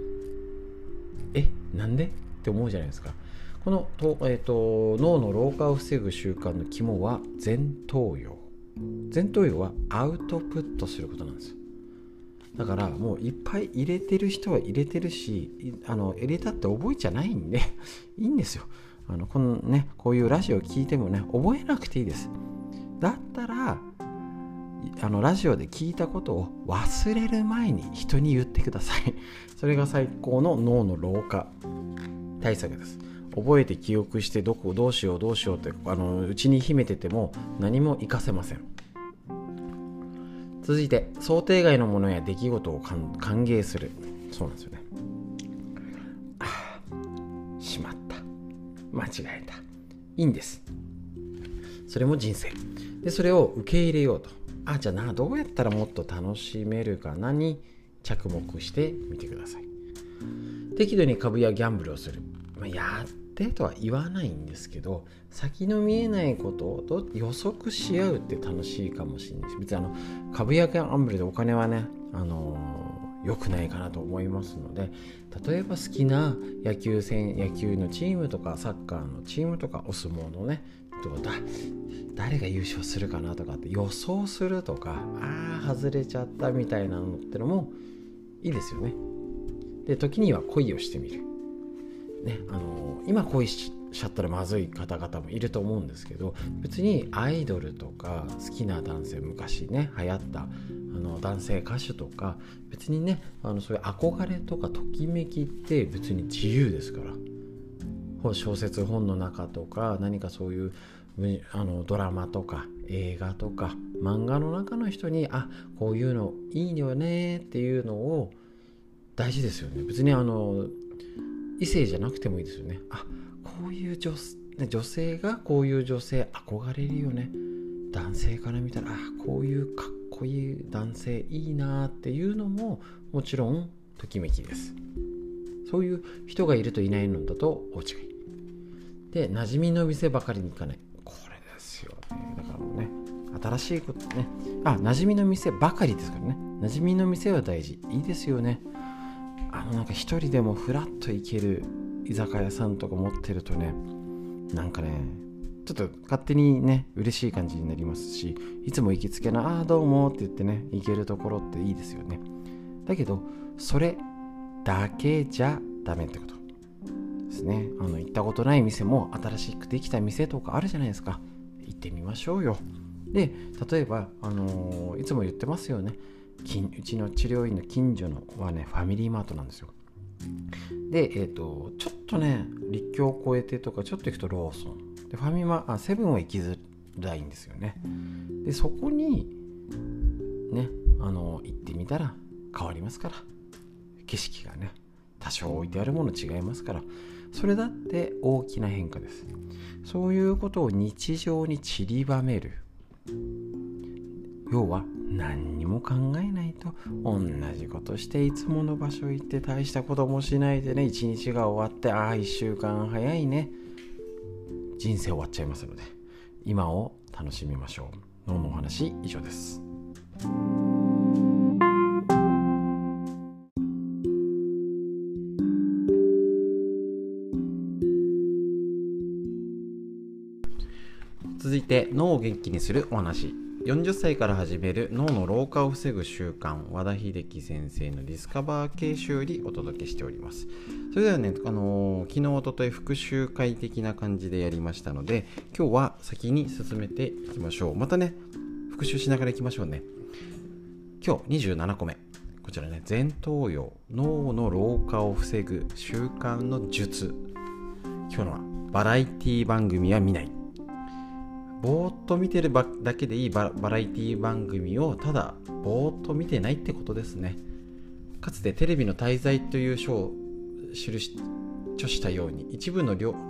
なんでって思うじゃないですか。この脳の老化を防ぐ習慣の肝は前頭葉。前頭葉はアウトプットすることなんですよ。だからもういっぱい入れてる人は入れてるし、入れたって覚えちゃないんでいいんですよ。こういうラジオ聞いてもね、覚えなくていいです。だったらラジオで聞いたことを忘れる前に人に言ってください。それが最高の脳の老化対策です。覚えて記憶してどうしようって内に秘めてても何も活かせません。続いて、想定外のものや出来事を歓迎する。そうなんですよね。しまった、間違えた、いいんです。それも人生で、それを受け入れようと。じゃあどうやったらもっと楽しめるかなに着目してみてください。適度に株やギャンブルをする。やってとは言わないんですけど、先の見えないことを予測し合うって楽しいかもしれないし、別に株やギャンブルでお金はね良くないかなと思いますので、例えば好きな野球のチームとかサッカーのチームとかお相撲のね誰が優勝するかなとかって予想するとか、外れちゃったみたいなのってのもいいですよね。で、時には恋をしてみるね。今恋しちゃったらまずい方々もいると思うんですけど、別にアイドルとか好きな男性、昔ね流行った男性歌手とか、別にねそういう憧れとかときめきって別に自由ですから。小説本の中とか、何かそういうドラマとか映画とか漫画の中の人にこういうのいいよねっていうのを大事ですよね。別に異性じゃなくてもいいですよね。こういう女性がこういう女性憧れるよね。男性から見たらこういうかっこいい男性いいなっていうのももちろんときめきです。そういう人がいるといないのだと大違いで、馴染みの店ばかりに行かない。これ新しいことね、馴染みの店ばかりですからね。馴染みの店は大事、いいですよね。なんか一人でもフラッと行ける居酒屋さんとか持ってるとね、なんかねちょっと勝手にね嬉しい感じになりますし、いつも行きつけなどうもって言ってね行けるところっていいですよね。だけどそれだけじゃダメってことですね。行ったことない店も新しくできた店とかあるじゃないですか。行ってみましょうよ。で、例えばいつも言ってますよね。うちの治療院の近所のはねファミリーマートなんですよ。でちょっとね立教を越えてとかちょっと行くとローソンで、ファミマセブンは行きづらいんですよね。でそこにね行ってみたら変わりますから、景色がね多少置いてあるもの違いますから、それだって大きな変化です。そういうことを日常に散りばめる、要は何にも考えないと同じことしていつもの場所行って大したこともしないでね、一日が終わって1週間早いね、人生終わっちゃいますので、今を楽しみましょう。脳のお話以上です。続いて脳を元気にするお話。40歳から始める脳の老化を防ぐ習慣、和田秀樹先生のディスカバー形式よりお届けしております。それではね、昨日おととい復習会的な感じでやりましたので、今日は先に進めていきましょう。またね復習しながらいきましょうね。今日27個目、こちらね、前頭葉、脳の老化を防ぐ習慣の術。今日のはバラエティ番組は見ない。ぼーっと見てるだけでいいバラエティ番組をただぼーっと見てないってことですね。かつてテレビの大罪という書を著したように、一部の良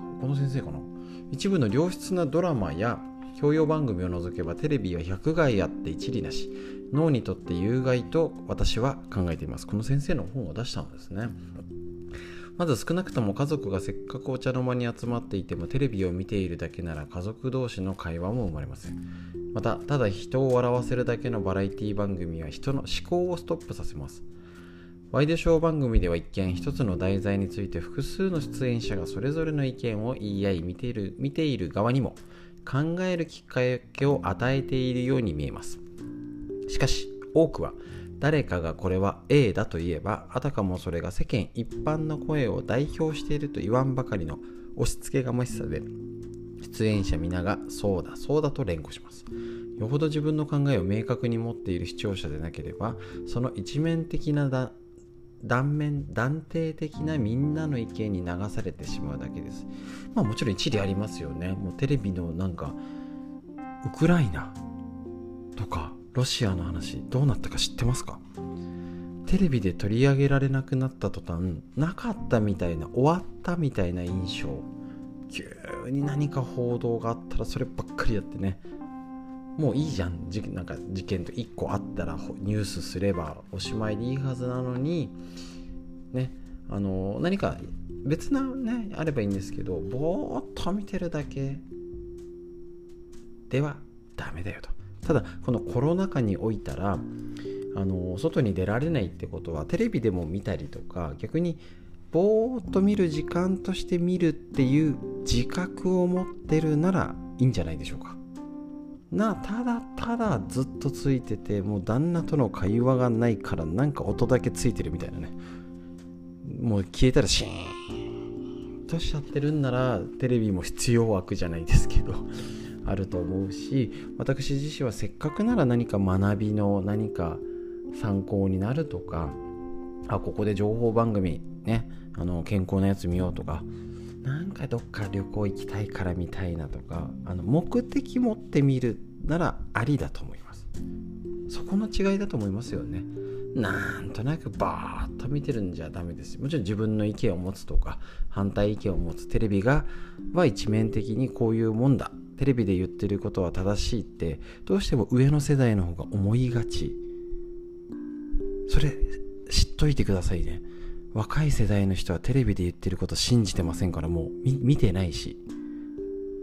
質なドラマや教養番組を除けばテレビは百害あって一利なし、脳にとって有害と私は考えています。この先生の本を出したんですね。まず少なくとも家族がせっかくお茶の間に集まっていてもテレビを見ているだけなら家族同士の会話も生まれません。また、ただ人を笑わせるだけのバラエティ番組は人の思考をストップさせます。ワイドショー番組では一見一つの題材について複数の出演者がそれぞれの意見を言い合い、見ている側にも考えるきっかけを与えているように見えます。しかし多くは誰かがこれは A だと言えば、あたかもそれが世間一般の声を代表していると言わんばかりの押し付けがましさで、出演者皆がそうだそうだと連呼します。よほど自分の考えを明確に持っている視聴者でなければ、その一面的な断定的なみんなの意見に流されてしまうだけです。もちろん一理ありますよね。もうテレビのウクライナとかロシアの話どうなったか知ってますか？テレビで取り上げられなくなった途端、なかったみたいな、終わったみたいな印象。急に何か報道があったらそればっかりやってね、もういいじゃん、事件と1個あったらニュースすればおしまいでいいはずなのにね、何か別なねあればいいんですけど、ぼーっと見てるだけではダメだよと。ただこのコロナ禍においたら外に出られないってことは、テレビでも見たりとか、逆にぼーっと見る時間として見るっていう自覚を持ってるならいいんじゃないでしょうか。ただずっとついてて、もう旦那との会話がないからなんか音だけついてるみたいなね、もう消えたらシーンとしちゃってるんなら、テレビも必要枠じゃないですけどあると思うし、私自身はせっかくなら何か学びの何か参考になるとか、ここで情報番組ね、健康なやつ見ようとか、なんかどっか旅行行きたいから見たいなとか、目的持って見るならありだと思います。そこの違いだと思いますよね。なんとなくバーッと見てるんじゃダメですよ。もちろん自分の意見を持つとか反対意見を持つ、テレビは一面的にこういうもんだ、テレビで言ってることは正しいってどうしても上の世代の方が思いがち。それ知っといてくださいね。若い世代の人はテレビで言ってること信じてませんから、もう見てないし、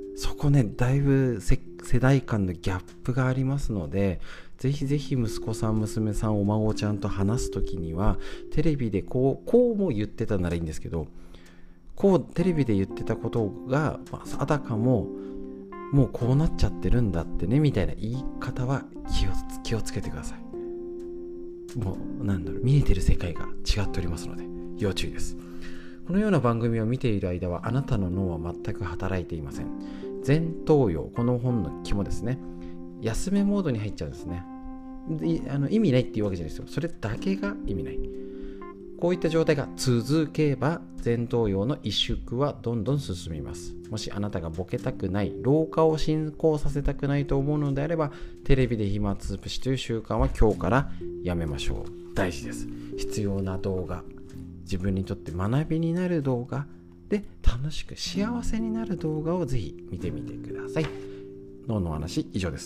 そこね、だいぶ世代間のギャップがありますので、ぜひぜひ息子さん、娘さん、お孫ちゃんと話すときには、テレビでこうも言ってたならいいんですけど、テレビで言ってたことが、あたかももうこうなっちゃってるんだってねみたいな言い方は気をつけてください。もう見えてる世界が違っておりますので要注意です。このような番組を見ている間はあなたの脳は全く働いていません。前頭葉、この本の肝ですね、休めモードに入っちゃうんですね。意味ないっていうわけじゃないですよ。それだけが意味ない。こういった状態が続けば前頭葉の萎縮はどんどん進みます。もしあなたがボケたくない、老化を進行させたくないと思うのであれば、テレビで暇つぶしという習慣は今日からやめましょう。大事です。必要な動画、自分にとって学びになる動画で楽しく幸せになる動画をぜひ見てみてください。脳の話以上です。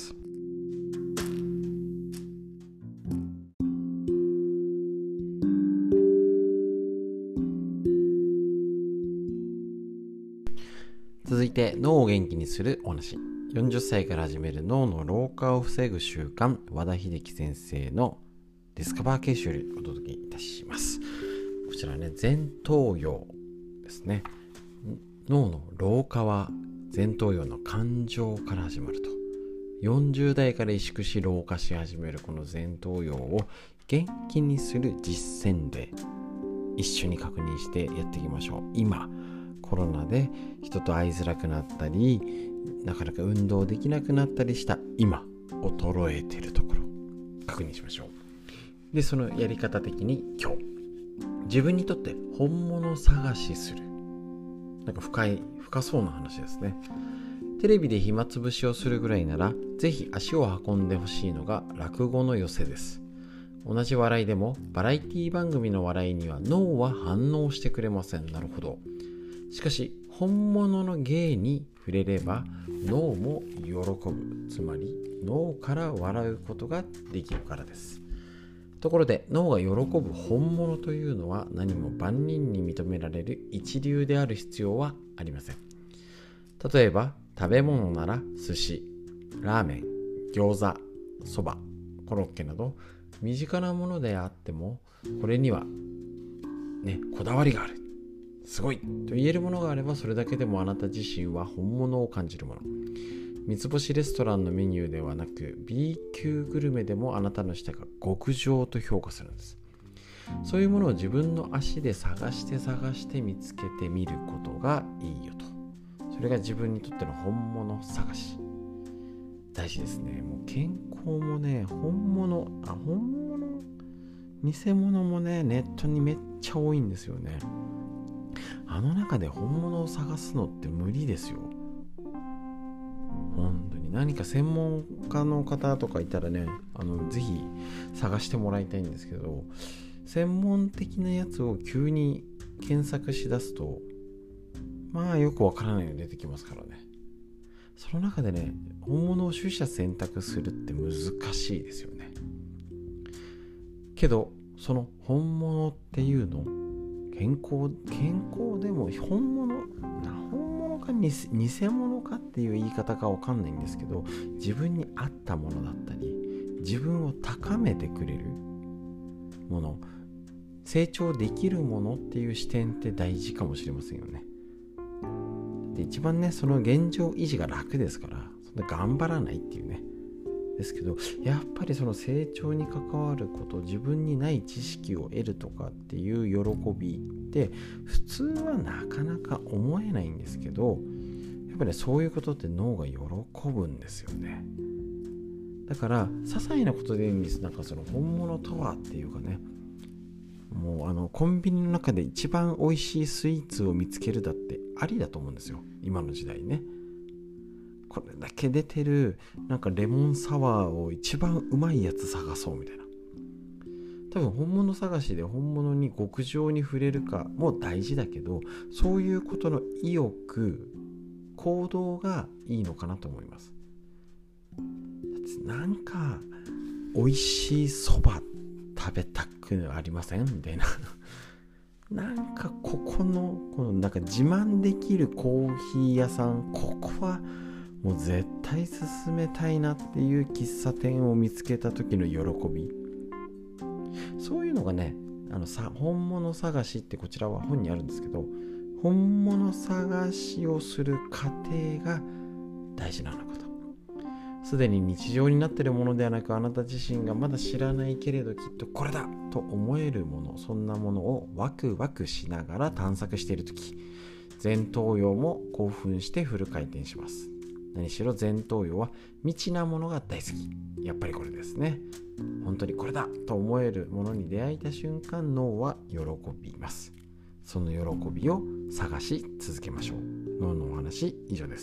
続いて脳を元気にするお話。40歳から始める脳の老化を防ぐ習慣、和田秀樹先生のディスカバー形式よりお届けいたします。こちらね、前頭葉ですね。脳の老化は前頭葉の感情から始まると。40代から萎縮し老化し始めるこの前頭葉を元気にする実践例、一緒に確認してやっていきましょう。今コロナで人と会いづらくなったり、なかなか運動できなくなったりした今、衰えているところ確認しましょう。で、そのやり方的に今日自分にとって本物探しする、なんか深そうな話ですね。テレビで暇つぶしをするぐらいならぜひ足を運んでほしいのが落語の寄席です。同じ笑いでもバラエティ番組の笑いには脳は反応してくれません。なるほど。しかし本物の芸に触れれば脳も喜ぶ、つまり脳から笑うことができるからです。ところで脳が喜ぶ本物というのは何も万人に認められる一流である必要はありません。例えば食べ物なら寿司、ラーメン、餃子、そば、コロッケなど身近なものであっても、これにはね、こだわりがある、すごいと言えるものがあれば、それだけでもあなた自身は本物を感じるもの。三つ星レストランのメニューではなく B 級グルメでもあなたの舌が極上と評価するんです。そういうものを自分の足で探して見つけてみることがいいよと。それが自分にとっての本物探し、大事ですね。もう健康もね、本物偽物もね、ネットにめっちゃ多いんですよね。あの中で本物を探すのって無理ですよ。本当に何か専門家の方とかいたらね、ぜひ探してもらいたいんですけど、専門的なやつを急に検索しだすと、よくわからないの出てきますからね。その中でね、本物を取捨選択するって難しいですよね。けどその本物っていうの、健康でも本物か偽物かっていう言い方かわかんないんですけど、自分に合ったものだったり、自分を高めてくれるもの、成長できるものっていう視点って大事かもしれませんよね。で、一番ね、その現状維持が楽ですから、そんな頑張らないっていうね。ですけど、やっぱりその成長に関わること、自分にない知識を得るとかっていう喜びって普通はなかなか思えないんですけど、やっぱりそういうことって脳が喜ぶんですよね。だから些細なことでいいんです。なんかその本物とはっていうかね、もうコンビニの中で一番美味しいスイーツを見つけるだってありだと思うんですよ、今の時代ね。これだけ出てるなんかレモンサワーを一番うまいやつ探そうみたいな。多分本物探しで本物に極上に触れるかも大事だけど、そういうことの意欲、行動がいいのかなと思います。なんか美味しいそば食べたくありませんみたいななんかこのなんか自慢できるコーヒー屋さん、ここはもう絶対進めたいなっていう喫茶店を見つけた時の喜び、そういうのがね、本物探しってこちらは本にあるんですけど、本物探しをする過程が大事なのかと。すでに日常になっているものではなく、あなた自身がまだ知らないけれどきっとこれだと思えるもの、そんなものをワクワクしながら探索しているとき、前頭葉も興奮してフル回転します。何しろ前頭葉は未知なものが大好き。やっぱりこれですね。本当にこれだと思えるものに出会えた瞬間、脳は喜びます。その喜びを探し続けましょう。脳のお話以上です。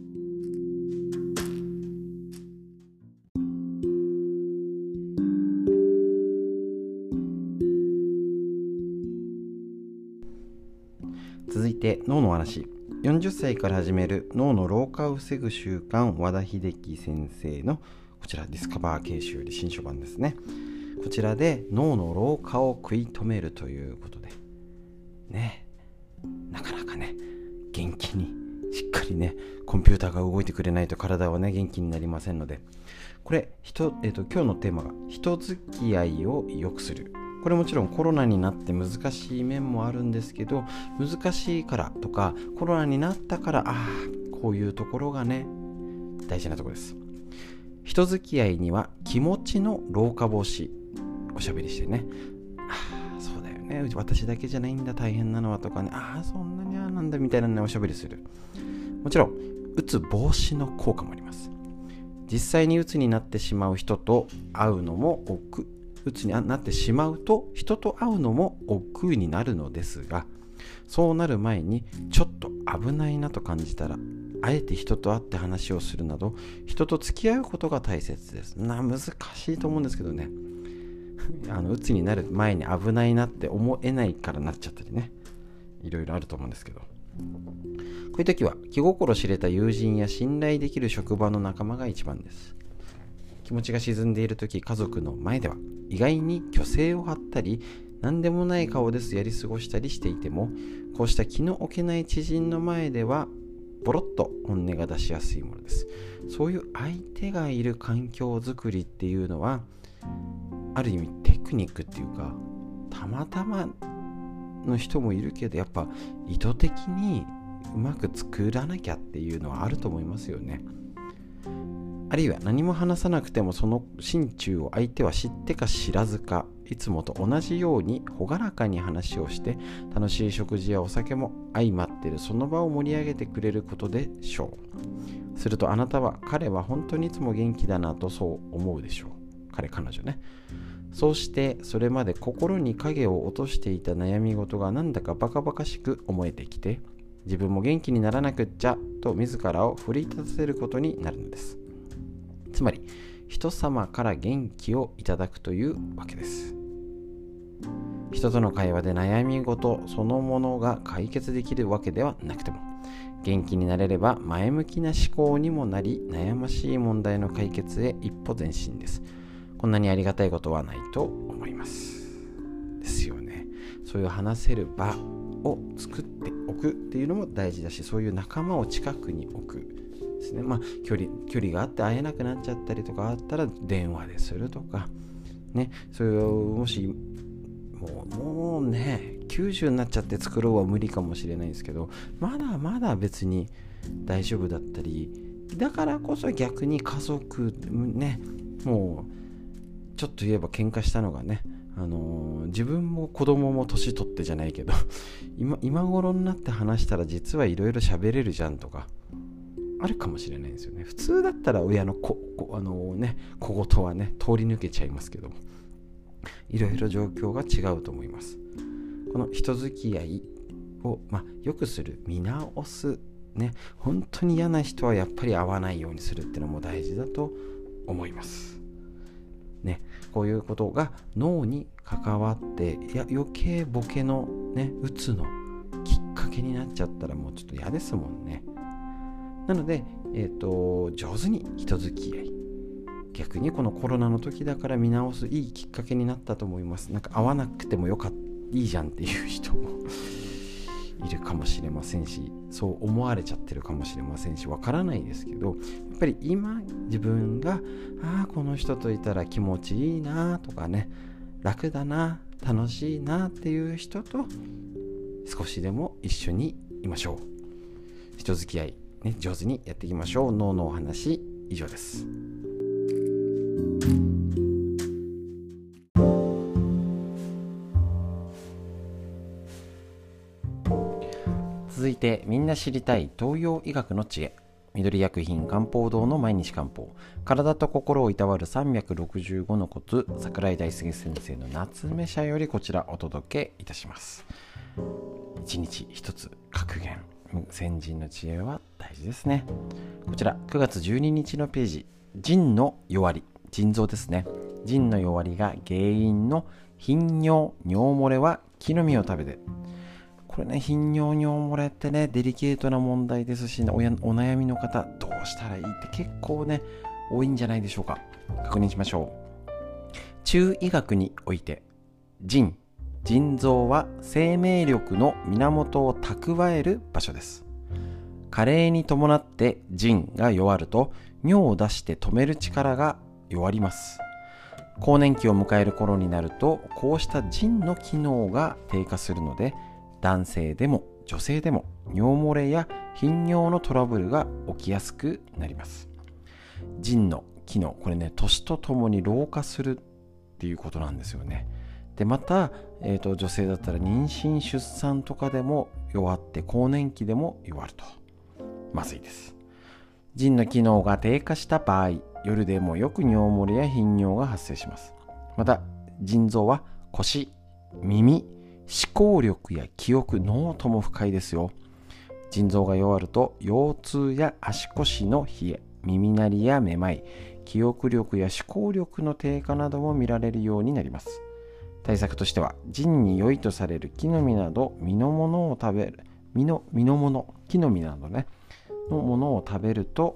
続いて脳のお話。40歳から始める脳の老化を防ぐ習慣、和田秀樹先生のこちらディスカバー形式より新書版ですね。こちらで脳の老化を食い止めるということでね、なかなかね元気にしっかりねコンピューターが動いてくれないと体はね元気になりませんので、これ今日のテーマが人付き合いを良くする。これもちろんコロナになって難しい面もあるんですけど、難しいからとかコロナになったからこういうところがね大事なところです。人付き合いには気持ちの老化防止、おしゃべりしてね、そうだよね、私だけじゃないんだ大変なのはとかね、そんなになんだみたいなねおしゃべりする。もちろんうつ防止の効果もあります。実際にうつになってしまう人と会うのもうつになってしまうと人と会うのも億劫になるのですが、そうなる前にちょっと危ないなと感じたらあえて人と会って話をするなど、人と付き合うことが大切です。難しいと思うんですけどねうつになる前に危ないなって思えないからなっちゃったりね、いろいろあると思うんですけど、こういう時は気心知れた友人や信頼できる職場の仲間が一番です。気持ちが沈んでいる時、家族の前では意外に虚勢を張ったり何でもない顔ですやり過ごしたりしていても、こうした気の置けない知人の前ではボロッと本音が出しやすいものです。そういう相手がいる環境づくりっていうのはある意味テクニックっていうか、たまたまの人もいるけどやっぱ意図的にうまく作らなきゃっていうのはあると思いますよね。あるいは何も話さなくてもその心中を相手は知ってか知らずか、いつもと同じように朗らかに話をして楽しい食事やお酒も相まっているその場を盛り上げてくれることでしょう。するとあなたは彼は本当にいつも元気だなとそう思うでしょう。彼女ね。そうしてそれまで心に影を落としていた悩み事がなんだかバカバカしく思えてきて、自分も元気にならなくっちゃと自らを奮い立たせることになるのです。つまり人様から元気をいただくというわけです。人との会話で悩み事そのものが解決できるわけではなくても、元気になれれば前向きな思考にもなり、悩ましい問題の解決へ一歩前進です。こんなにありがたいことはないと思います。ですよね。そういう話せる場を作っておくっていうのも大事だし、そういう仲間を近くに置くですね。距離があって会えなくなっちゃったりとかあったら電話でするとかね、そういうもしもうね90になっちゃって作ろうは無理かもしれないんですけど、まだまだ別に大丈夫だったり、だからこそ逆に家族ね、もうちょっと言えば喧嘩したのがね、自分も子供も年取ってじゃないけど今頃になって話したら実はいろいろ喋れるじゃんとかあるかもしれないんですよね。普通だったら親の小言はね通り抜けちゃいますけど、いろいろ状況が違うと思います。この人付き合いを、良くする、見直すね、本当に嫌な人はやっぱり会わないようにするっていうのも大事だと思いますね。こういうことが脳に関わって余計ボケのねうつのきっかけになっちゃったらもうちょっと嫌ですもんね。なので、上手に人付き合い、逆にこのコロナの時だから見直すいいきっかけになったと思います。なんか会わなくてもよかっいいじゃんっていう人もいるかもしれませんし、そう思われちゃってるかもしれませんし、わからないですけど、やっぱり今自分がこの人といたら気持ちいいなとかね、楽だな、楽しいなっていう人と少しでも一緒にいましょう。人付き合い、ね、上手にやっていきましょう。脳のお話、以上です。続いて、みんな知りたい東洋医学の知恵。緑薬品漢方堂の毎日漢方、体と心をいたわる365のコツ、櫻井大輔先生の夏目社よりこちらお届けいたします。一日一つ格言、先人の知恵は大事ですね。こちら9月12日のページ、腎の弱り、腎臓ですね。腎の弱りが原因の頻尿、尿漏れは木の実を食べて。これね、頻尿、尿漏れってね、デリケートな問題ですし、お悩みの方、どうしたらいいって結構ね、多いんじゃないでしょうか。確認しましょう。中医学において、腎臓は生命力の源を蓄える場所です。加齢に伴って腎が弱ると、尿を出して止める力が弱ります。更年期を迎える頃になると、こうした腎の機能が低下するので、男性でも女性でも尿漏れや頻尿のトラブルが起きやすくなります。腎の機能、これね、年とともに老化するっていうことなんですよね。でまた、女性だったら妊娠出産とかでも弱って、更年期でも弱るとまずいです。腎の機能が低下した場合、夜でもよく尿漏れや頻尿が発生します。また腎臓は腰、耳、思考力や記憶、脳とも深いですよ。腎臓が弱ると腰痛や足腰の冷え、耳鳴りやめまい、記憶力や思考力の低下なども見られるようになります。対策としては、腎に良いとされる木の実など木の実などねのものを食べること。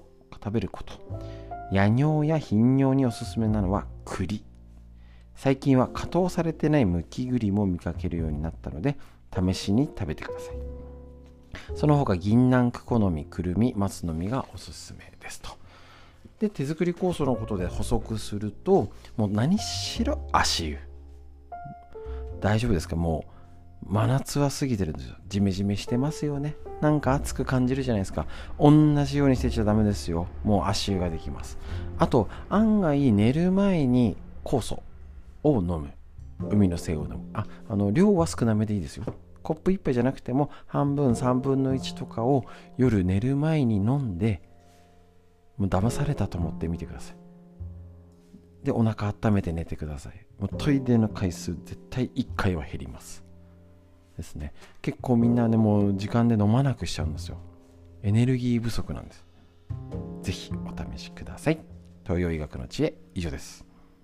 夜尿や頻尿におすすめなのは栗。最近は加糖されてないむき栗も見かけるようになったので、試しに食べてください。その他、銀杏、クコの実、くるみ、松の実がおすすめですと。で、手作り酵素のことで補足すると、もう何しろ足湯。大丈夫ですか？もう真夏は過ぎてるんですよ。ジメジメしてますよね。なんか暑く感じるじゃないですか。同じようにしてちゃダメですよ。もう足湯ができます。あと、案外寝る前に酵素を飲む。海の精を飲む。量は少なめでいいですよ。コップ1杯じゃなくても半分3分の1とかを夜寝る前に飲んで、もう騙されたと思ってみてください。で、お腹温めて寝てください。もうトイレの回数絶対1回は減りますですね。結構みんなね、もう時間で飲まなくしちゃうんですよ。エネルギー不足なんです。ぜひお試しください。東洋医学の知恵、以上です。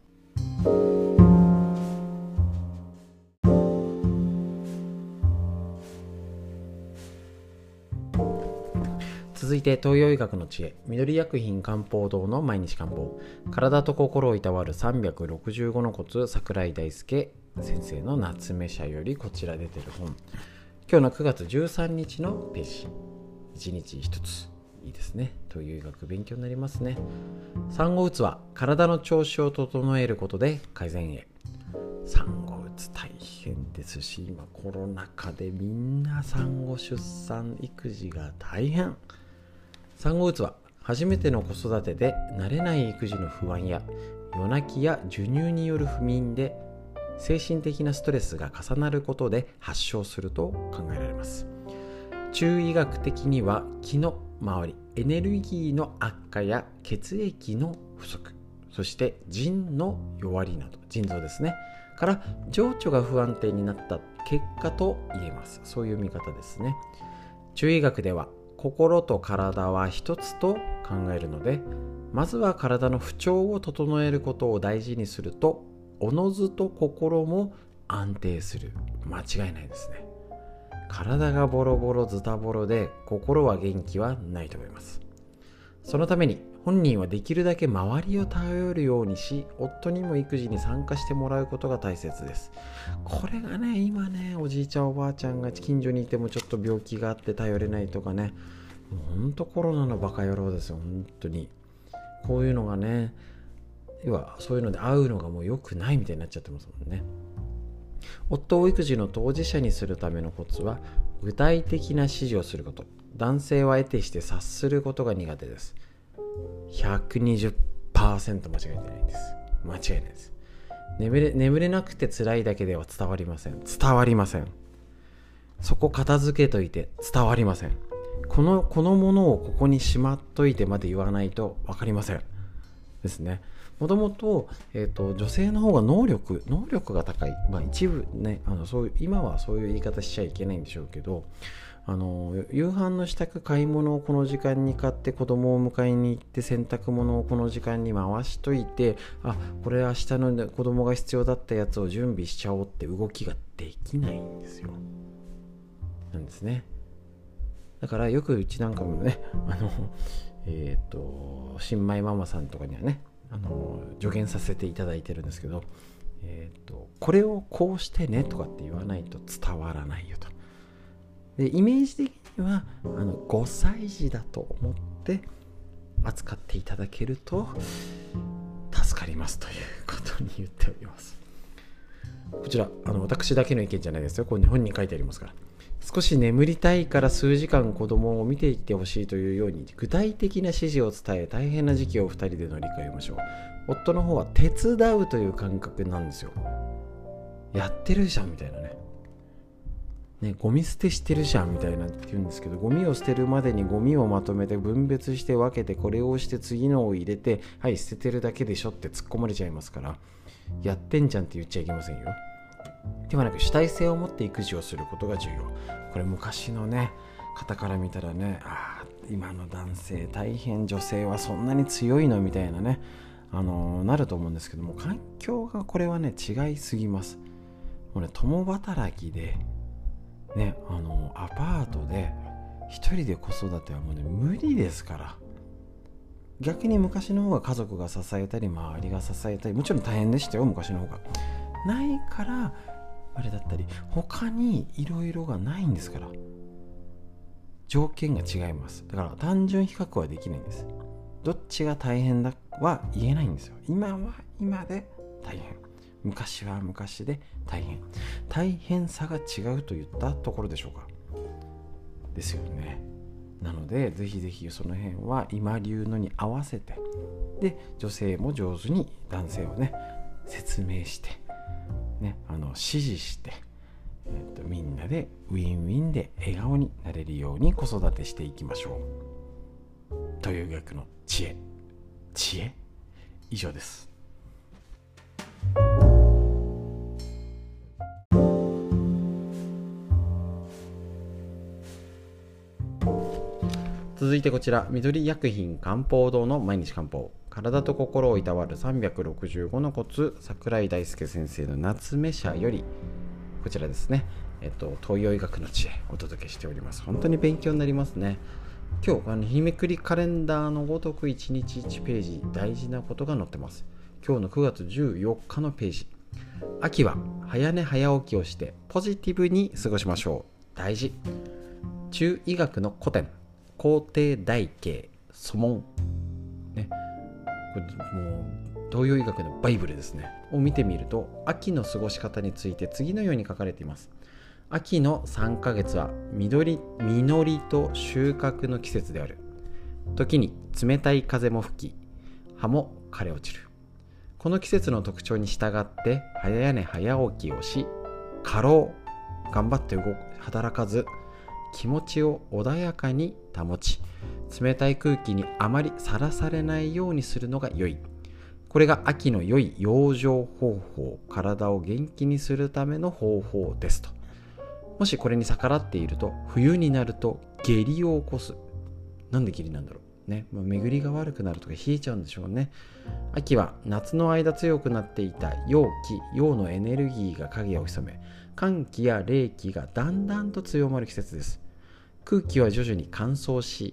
続いて、東洋医学の知恵、緑薬品漢方堂の毎日漢方、体と心をいたわる365のコツ、櫻井大輔先生の夏目社よりこちら出てる本。今日の9月13日のページ、一日一つ、いいですね。東洋医学勉強になりますね。産後うつは体の調子を整えることで改善へ。産後うつ大変ですし、今コロナ禍でみんな産後出産育児が大変。産後うつは初めての子育てで慣れない育児の不安や夜泣きや授乳による不眠で精神的なストレスが重なることで発症すると考えられます。中医学的には気の回り、エネルギーの悪化や血液の不足、そして腎の弱りなど、腎臓ですねから情緒が不安定になった結果と言えます。そういう見方ですね。中医学では心と体は一つと考えるので、まずは体の不調を整えることを大事にすると、おのずと心も安定する。間違いないですね。体がボロボロズタボロで心は元気はないと思います。そのために本人はできるだけ周りを頼るようにし、夫にも育児に参加してもらうことが大切です。これがね、今ね、おじいちゃんおばあちゃんが近所にいてもちょっと病気があって頼れないとかね、もうほんとコロナのバカ野郎ですよ、本当に。こういうのがね、要はそういうので会うのがもう良くないみたいになっちゃってますもんね。夫を育児の当事者にするためのコツは、具体的な指示をすること。男性は得てして察することが苦手です。120% 間違えてないんです。間違いないです。眠れなくて辛いだけでは伝わりません。そこ片付けといて伝わりません。このものをここにしまっといてまで言わないと分かりませんですね。もともと女性の方が能力が高い、一部ね、今はそういう言い方しちゃいけないんでしょうけど、夕飯の支度、買い物をこの時間に買って、子供を迎えに行って洗濯物をこの時間に回しといて、これ明日の子供が必要だったやつを準備しちゃおうって動きができないんですよ。なんですね。だからよくうちなんかもね、新米ママさんとかにはね、助言させていただいてるんですけど、これをこうしてねとかって言わないと伝わらないよと。でイメージ的には5歳児だと思って扱っていただけると助かりますということに言っております。こちら私だけの意見じゃないですよ。ここに本に書いてありますから。少し眠りたいから数時間子供を見ていってほしいというように具体的な指示を伝え、大変な時期を2人で乗り越えましょう。夫の方は手伝うという感覚なんですよ。やってるじゃんみたいなね、ゴミ捨てしてるじゃんみたいなって言うんですけど、ゴミを捨てるまでにゴミをまとめて分別して分けて、これをして次のを入れて、はい捨ててるだけでしょって突っ込まれちゃいますから、やってんじゃんって言っちゃいけませんよ。ではなく主体性を持って育児をすることが重要。これ昔のね方から見たらね、今の男性大変、女性はそんなに強いのみたいなね、なると思うんですけども、環境がこれはね違いすぎます。もうね、共働きでね、アパートで一人で子育てはもうね無理ですから。逆に昔の方が家族が支えたり周りが支えたり、もちろん大変でしたよ、昔の方がないからあれだったり、他にいろいろがないんですから、条件が違います。だから単純比較はできないんです。どっちが大変だは言えないんですよ。今は今で大変、昔は昔で大変さが違うといったところでしょうか。ですよね。なのでぜひぜひその辺は今流のに合わせて、で女性も上手に男性をね説明してね、指示して、みんなでウィンウィンで笑顔になれるように子育てしていきましょうという逆の知恵以上です。続いてこちら、緑薬品漢方堂の毎日漢方、体と心をいたわる365のコツ、櫻井大輔先生の夏目社よりこちらですね、東洋医学の知恵をお届けしております。本当に勉強になりますね。今日日めくりカレンダーのごとく1日1ページ大事なことが載ってます。今日の9月14日のページ、秋は早寝早起きをしてポジティブに過ごしましょう。大事。中医学の古典皇帝大慶祖門ね、これもう東洋医学のバイブルですねを見てみると、秋の過ごし方について次のように書かれています。秋の3ヶ月は実りと収穫の季節である。時に冷たい風も吹き、葉も枯れ落ちる。この季節の特徴に従って早寝早起きをし、過労、頑張って働かず気持ちを穏やかに保ち、冷たい空気にあまりさらされないようにするのが良い。これが秋の良い養生方法、体を元気にするための方法ですと。もしこれに逆らっていると、冬になると下痢を起こす。なんで下痢なんだろうね、巡りが悪くなるとか冷えちゃうんでしょうね。秋は夏の間強くなっていた陽のエネルギーが影を潜め、寒気や冷気がだんだんと強まる季節です。空気は徐々に乾燥し、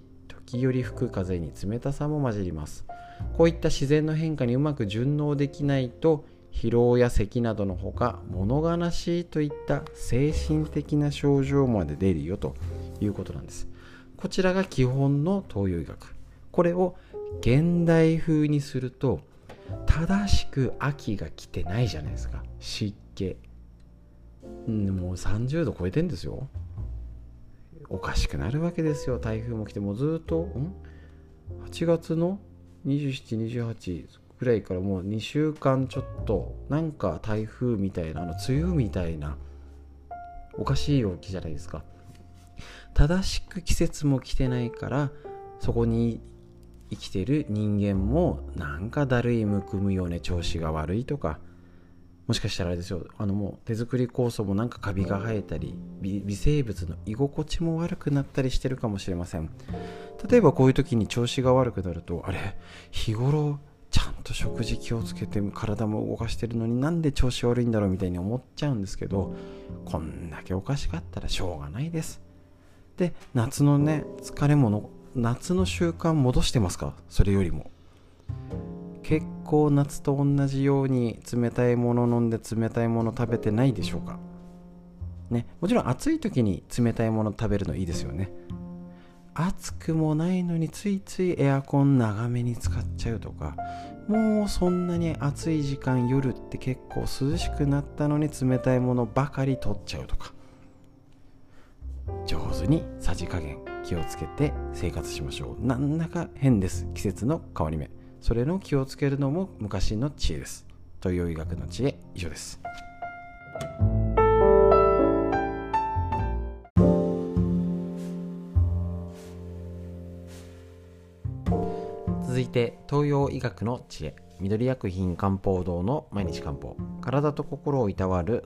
時折吹く風に冷たさも混じります。こういった自然の変化にうまく順応できないと、疲労や咳などのほか、物悲しいといった精神的な症状まで出るよということなんです。こちらが基本の東洋医学。これを現代風にすると、正しく秋が来てないじゃないですか。湿気、もう30度超えてんですよ。おかしくなるわけですよ。台風も来て、もうずっと8月の27、28ぐらいからもう2週間ちょっと、なんか台風みたいな、梅雨みたいなおかしい陽気じゃないですか。正しく季節も来てないから、そこに生きてる人間もなんかだるい、むくむよね、調子が悪いとか、もしかしたらあれですよ、もう手作り酵素もなんかカビが生えたり、微生物の居心地も悪くなったりしてるかもしれません。例えばこういう時に調子が悪くなると、あれ、日頃ちゃんと食事気をつけて体も動かしてるのになんで調子悪いんだろうみたいに思っちゃうんですけど、こんだけおかしかったらしょうがないです。で、夏のね、疲れも夏の習慣戻してますか？それよりも結構夏と同じように冷たいもの飲んで冷たいもの食べてないでしょうかね。もちろん暑い時に冷たいもの食べるのいいですよね。暑くもないのについついエアコン長めに使っちゃうとか、もうそんなに暑い時間、夜って結構涼しくなったのに冷たいものばかり取っちゃうとか、上手にさじ加減気をつけて生活しましょう。なんだか変です、季節の変わり目。それの気をつけるのも昔の知恵です。東洋医学の知恵、以上です。続いて東洋医学の知恵、緑薬品漢方堂の毎日漢方、体と心をいたわる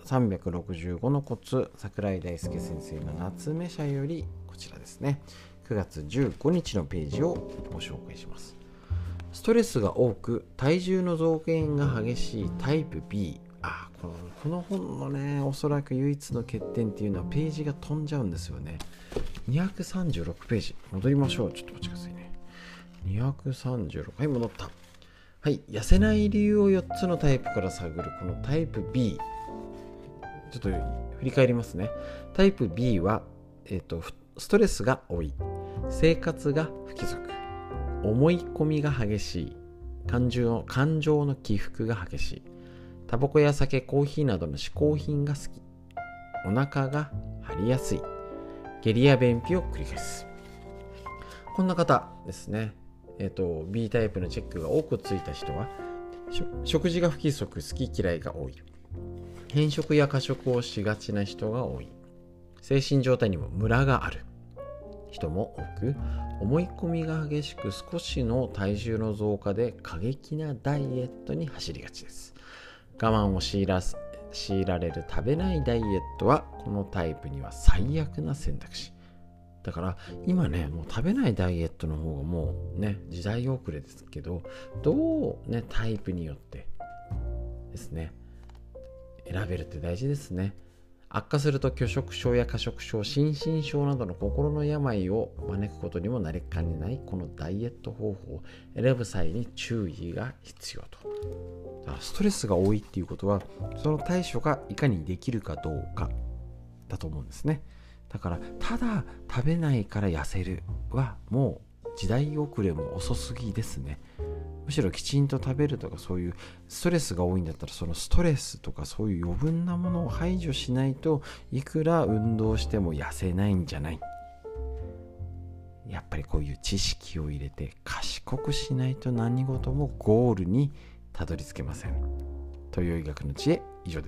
365のコツ、桜井大輔先生の夏目社より、こちらですね、9月15日のページをご紹介します。ストレスが多く体重の増減が激しいタイプ B。 この本のね、おそらく唯一の欠点っていうのはページが飛んじゃうんですよね。236ページ戻りましょう。ちょっとお待ちくださいね。236、はい、戻った。はい、痩せない理由を4つのタイプから探るこのタイプ B、 ちょっと振り返りますね。タイプ B は、ストレスが多い、生活が不規則、思い込みが激しい、感情の起伏が激しい、タバコや酒、コーヒーなどの嗜好品が好き、お腹が張りやすい、下痢や便秘を繰り返す。こんな方ですね。B タイプのチェックが多くついた人は、食事が不規則、好き嫌いが多い、偏食や過食をしがちな人が多い、精神状態にもムラがある人も多く、思い込みが激しく少しの体重の増加で過激なダイエットに走りがちです。我慢を強いられる食べないダイエットはこのタイプには最悪な選択肢だから、今ね、もう食べないダイエットの方がもうね、時代遅れですけど、どうね、タイプによってですね、選べるって大事ですね。悪化すると拒食症や過食症、心身症などの心の病を招くことにもなりかねないこのダイエット方法を選ぶ際に注意が必要と。だからストレスが多いっていうことは、その対処がいかにできるかどうかだと思うんですね。だから、ただ食べないから痩せるはもう時代遅れも遅すぎですね。むしろきちんと食べるとか、そういうストレスが多いんだったら、そのストレスとかそういう余分なものを排除しないといくら運動しても痩せないんじゃない。やっぱりこういう知識を入れて賢くしないと何事もゴールにたどり着けません。東洋医学の知恵、以上です。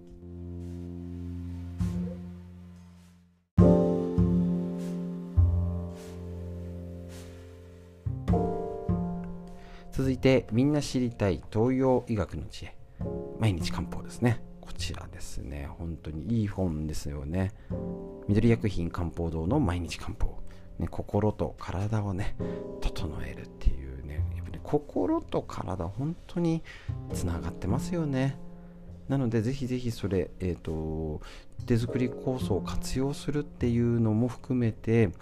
続いて、みんな知りたい東洋医学の知恵、毎日漢方ですね。こちらですね、本当にいい本ですよね。緑薬品漢方堂の毎日漢方、ね、心と体をね整えるっていうね、やっぱり心と体本当につながってますよね。なのでぜひぜひそれ、手作り酵素を活用するっていうのも含めて、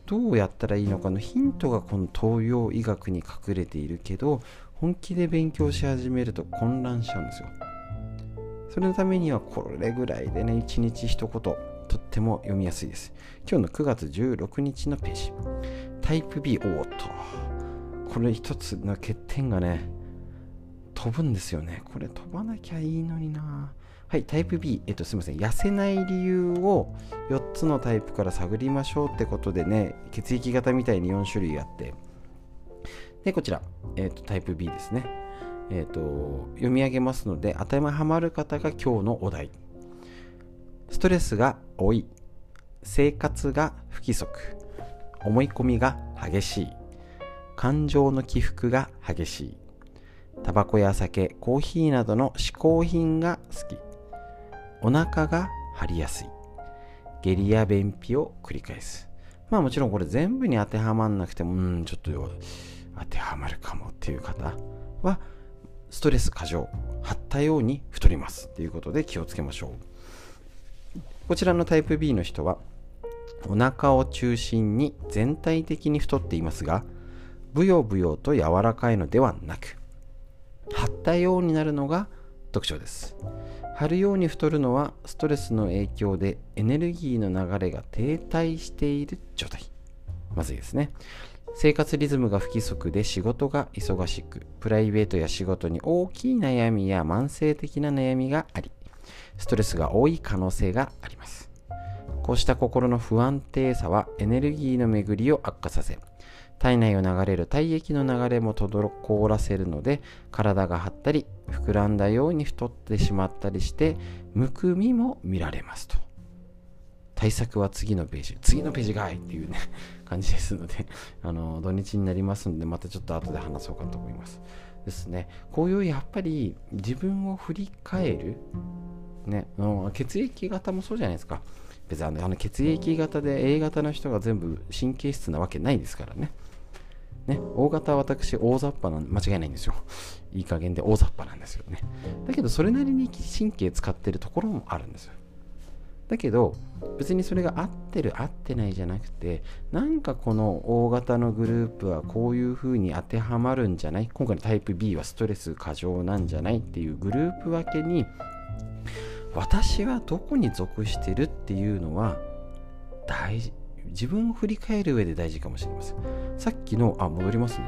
どうやったらいいのかのヒントがこの東洋医学に隠れているけど、本気で勉強し始めると混乱しちゃうんですよ。それのためにはこれぐらいでね、一日一言、とっても読みやすいです。今日の9月16日のページ、タイプ B、これ一つの欠点がね、飛ぶんですよね。これ飛ばなきゃいいのにな。はい、タイプ B、すいません、痩せない理由を4つのタイプから探りましょうってことでね、血液型みたいに4種類あって、でこちら、タイプ B ですね。読み上げますので、当てはまる方が今日のお題。ストレスが多い、生活が不規則、思い込みが激しい、感情の起伏が激しい、タバコや酒、コーヒーなどの嗜好品が好き、お腹が張りやすい、下痢や便秘を繰り返す。まあもちろんこれ全部に当てはまんなくても、ちょっと当てはまるかもっていう方は、ストレス過剰、張ったように太りますということで気をつけましょう。こちらのタイプ B の人は、お腹を中心に全体的に太っていますが、ブヨブヨと柔らかいのではなく、張ったようになるのが特徴です。張るように太るのはストレスの影響でエネルギーの流れが停滞している状態。まずいですね。生活リズムが不規則で仕事が忙しく、プライベートや仕事に大きい悩みや慢性的な悩みがあり、ストレスが多い可能性があります。こうした心の不安定さはエネルギーの巡りを悪化させ、体内を流れる体液の流れも滞らせるので、体が張ったり膨らんだように太ってしまったりしてむくみも見られますと。対策は次のページがいっていうね感じですので、土日になりますので、またちょっと後で話そうかと思いますですね。こういうやっぱり自分を振り返るね、血液型もそうじゃないですか。別に血液型で A 型の人が全部神経質なわけないですからね。O 型は私大雑把間違いないんですよ。いい加減で大雑把なんですよね。だけどそれなりに神経使ってるところもあるんですよ。だけど別にそれが合ってる合ってないじゃなくて、なんかこの O 型のグループはこういう風に当てはまるんじゃない、今回のタイプ B はストレス過剰なんじゃないっていうグループ分けに、私はどこに属してるっていうのは大事。自分を振り返る上で大事かもしれません。さっきの戻りますね。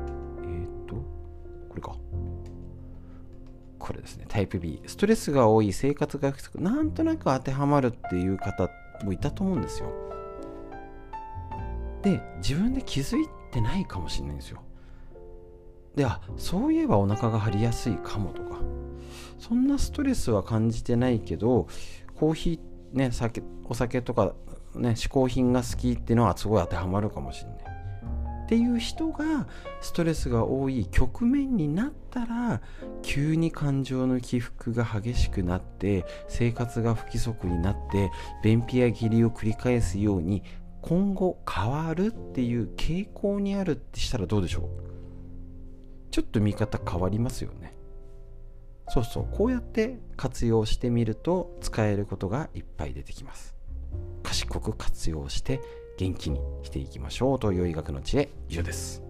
これか。これですね。タイプ B、ストレスが多い、生活が不規則、なんとなく当てはまるっていう方もいたと思うんですよ。で、自分で気づいてないかもしれないんですよ。で、そういえばお腹が張りやすいかもとか、そんなストレスは感じてないけど、コーヒーね、お酒とかね、嗜好品が好きっていうのはすごい当てはまるかもしれないっていう人が、ストレスが多い局面になったら急に感情の起伏が激しくなって、生活が不規則になって便秘や下痢を繰り返すように今後変わるっていう傾向にあるってしたらどうでしょう。ちょっと見方変わりますよね。そうそう、こうやって活用してみると使えることがいっぱい出てきます。賢く活用して元気にしていきましょう。東洋医学の知恵、以上です。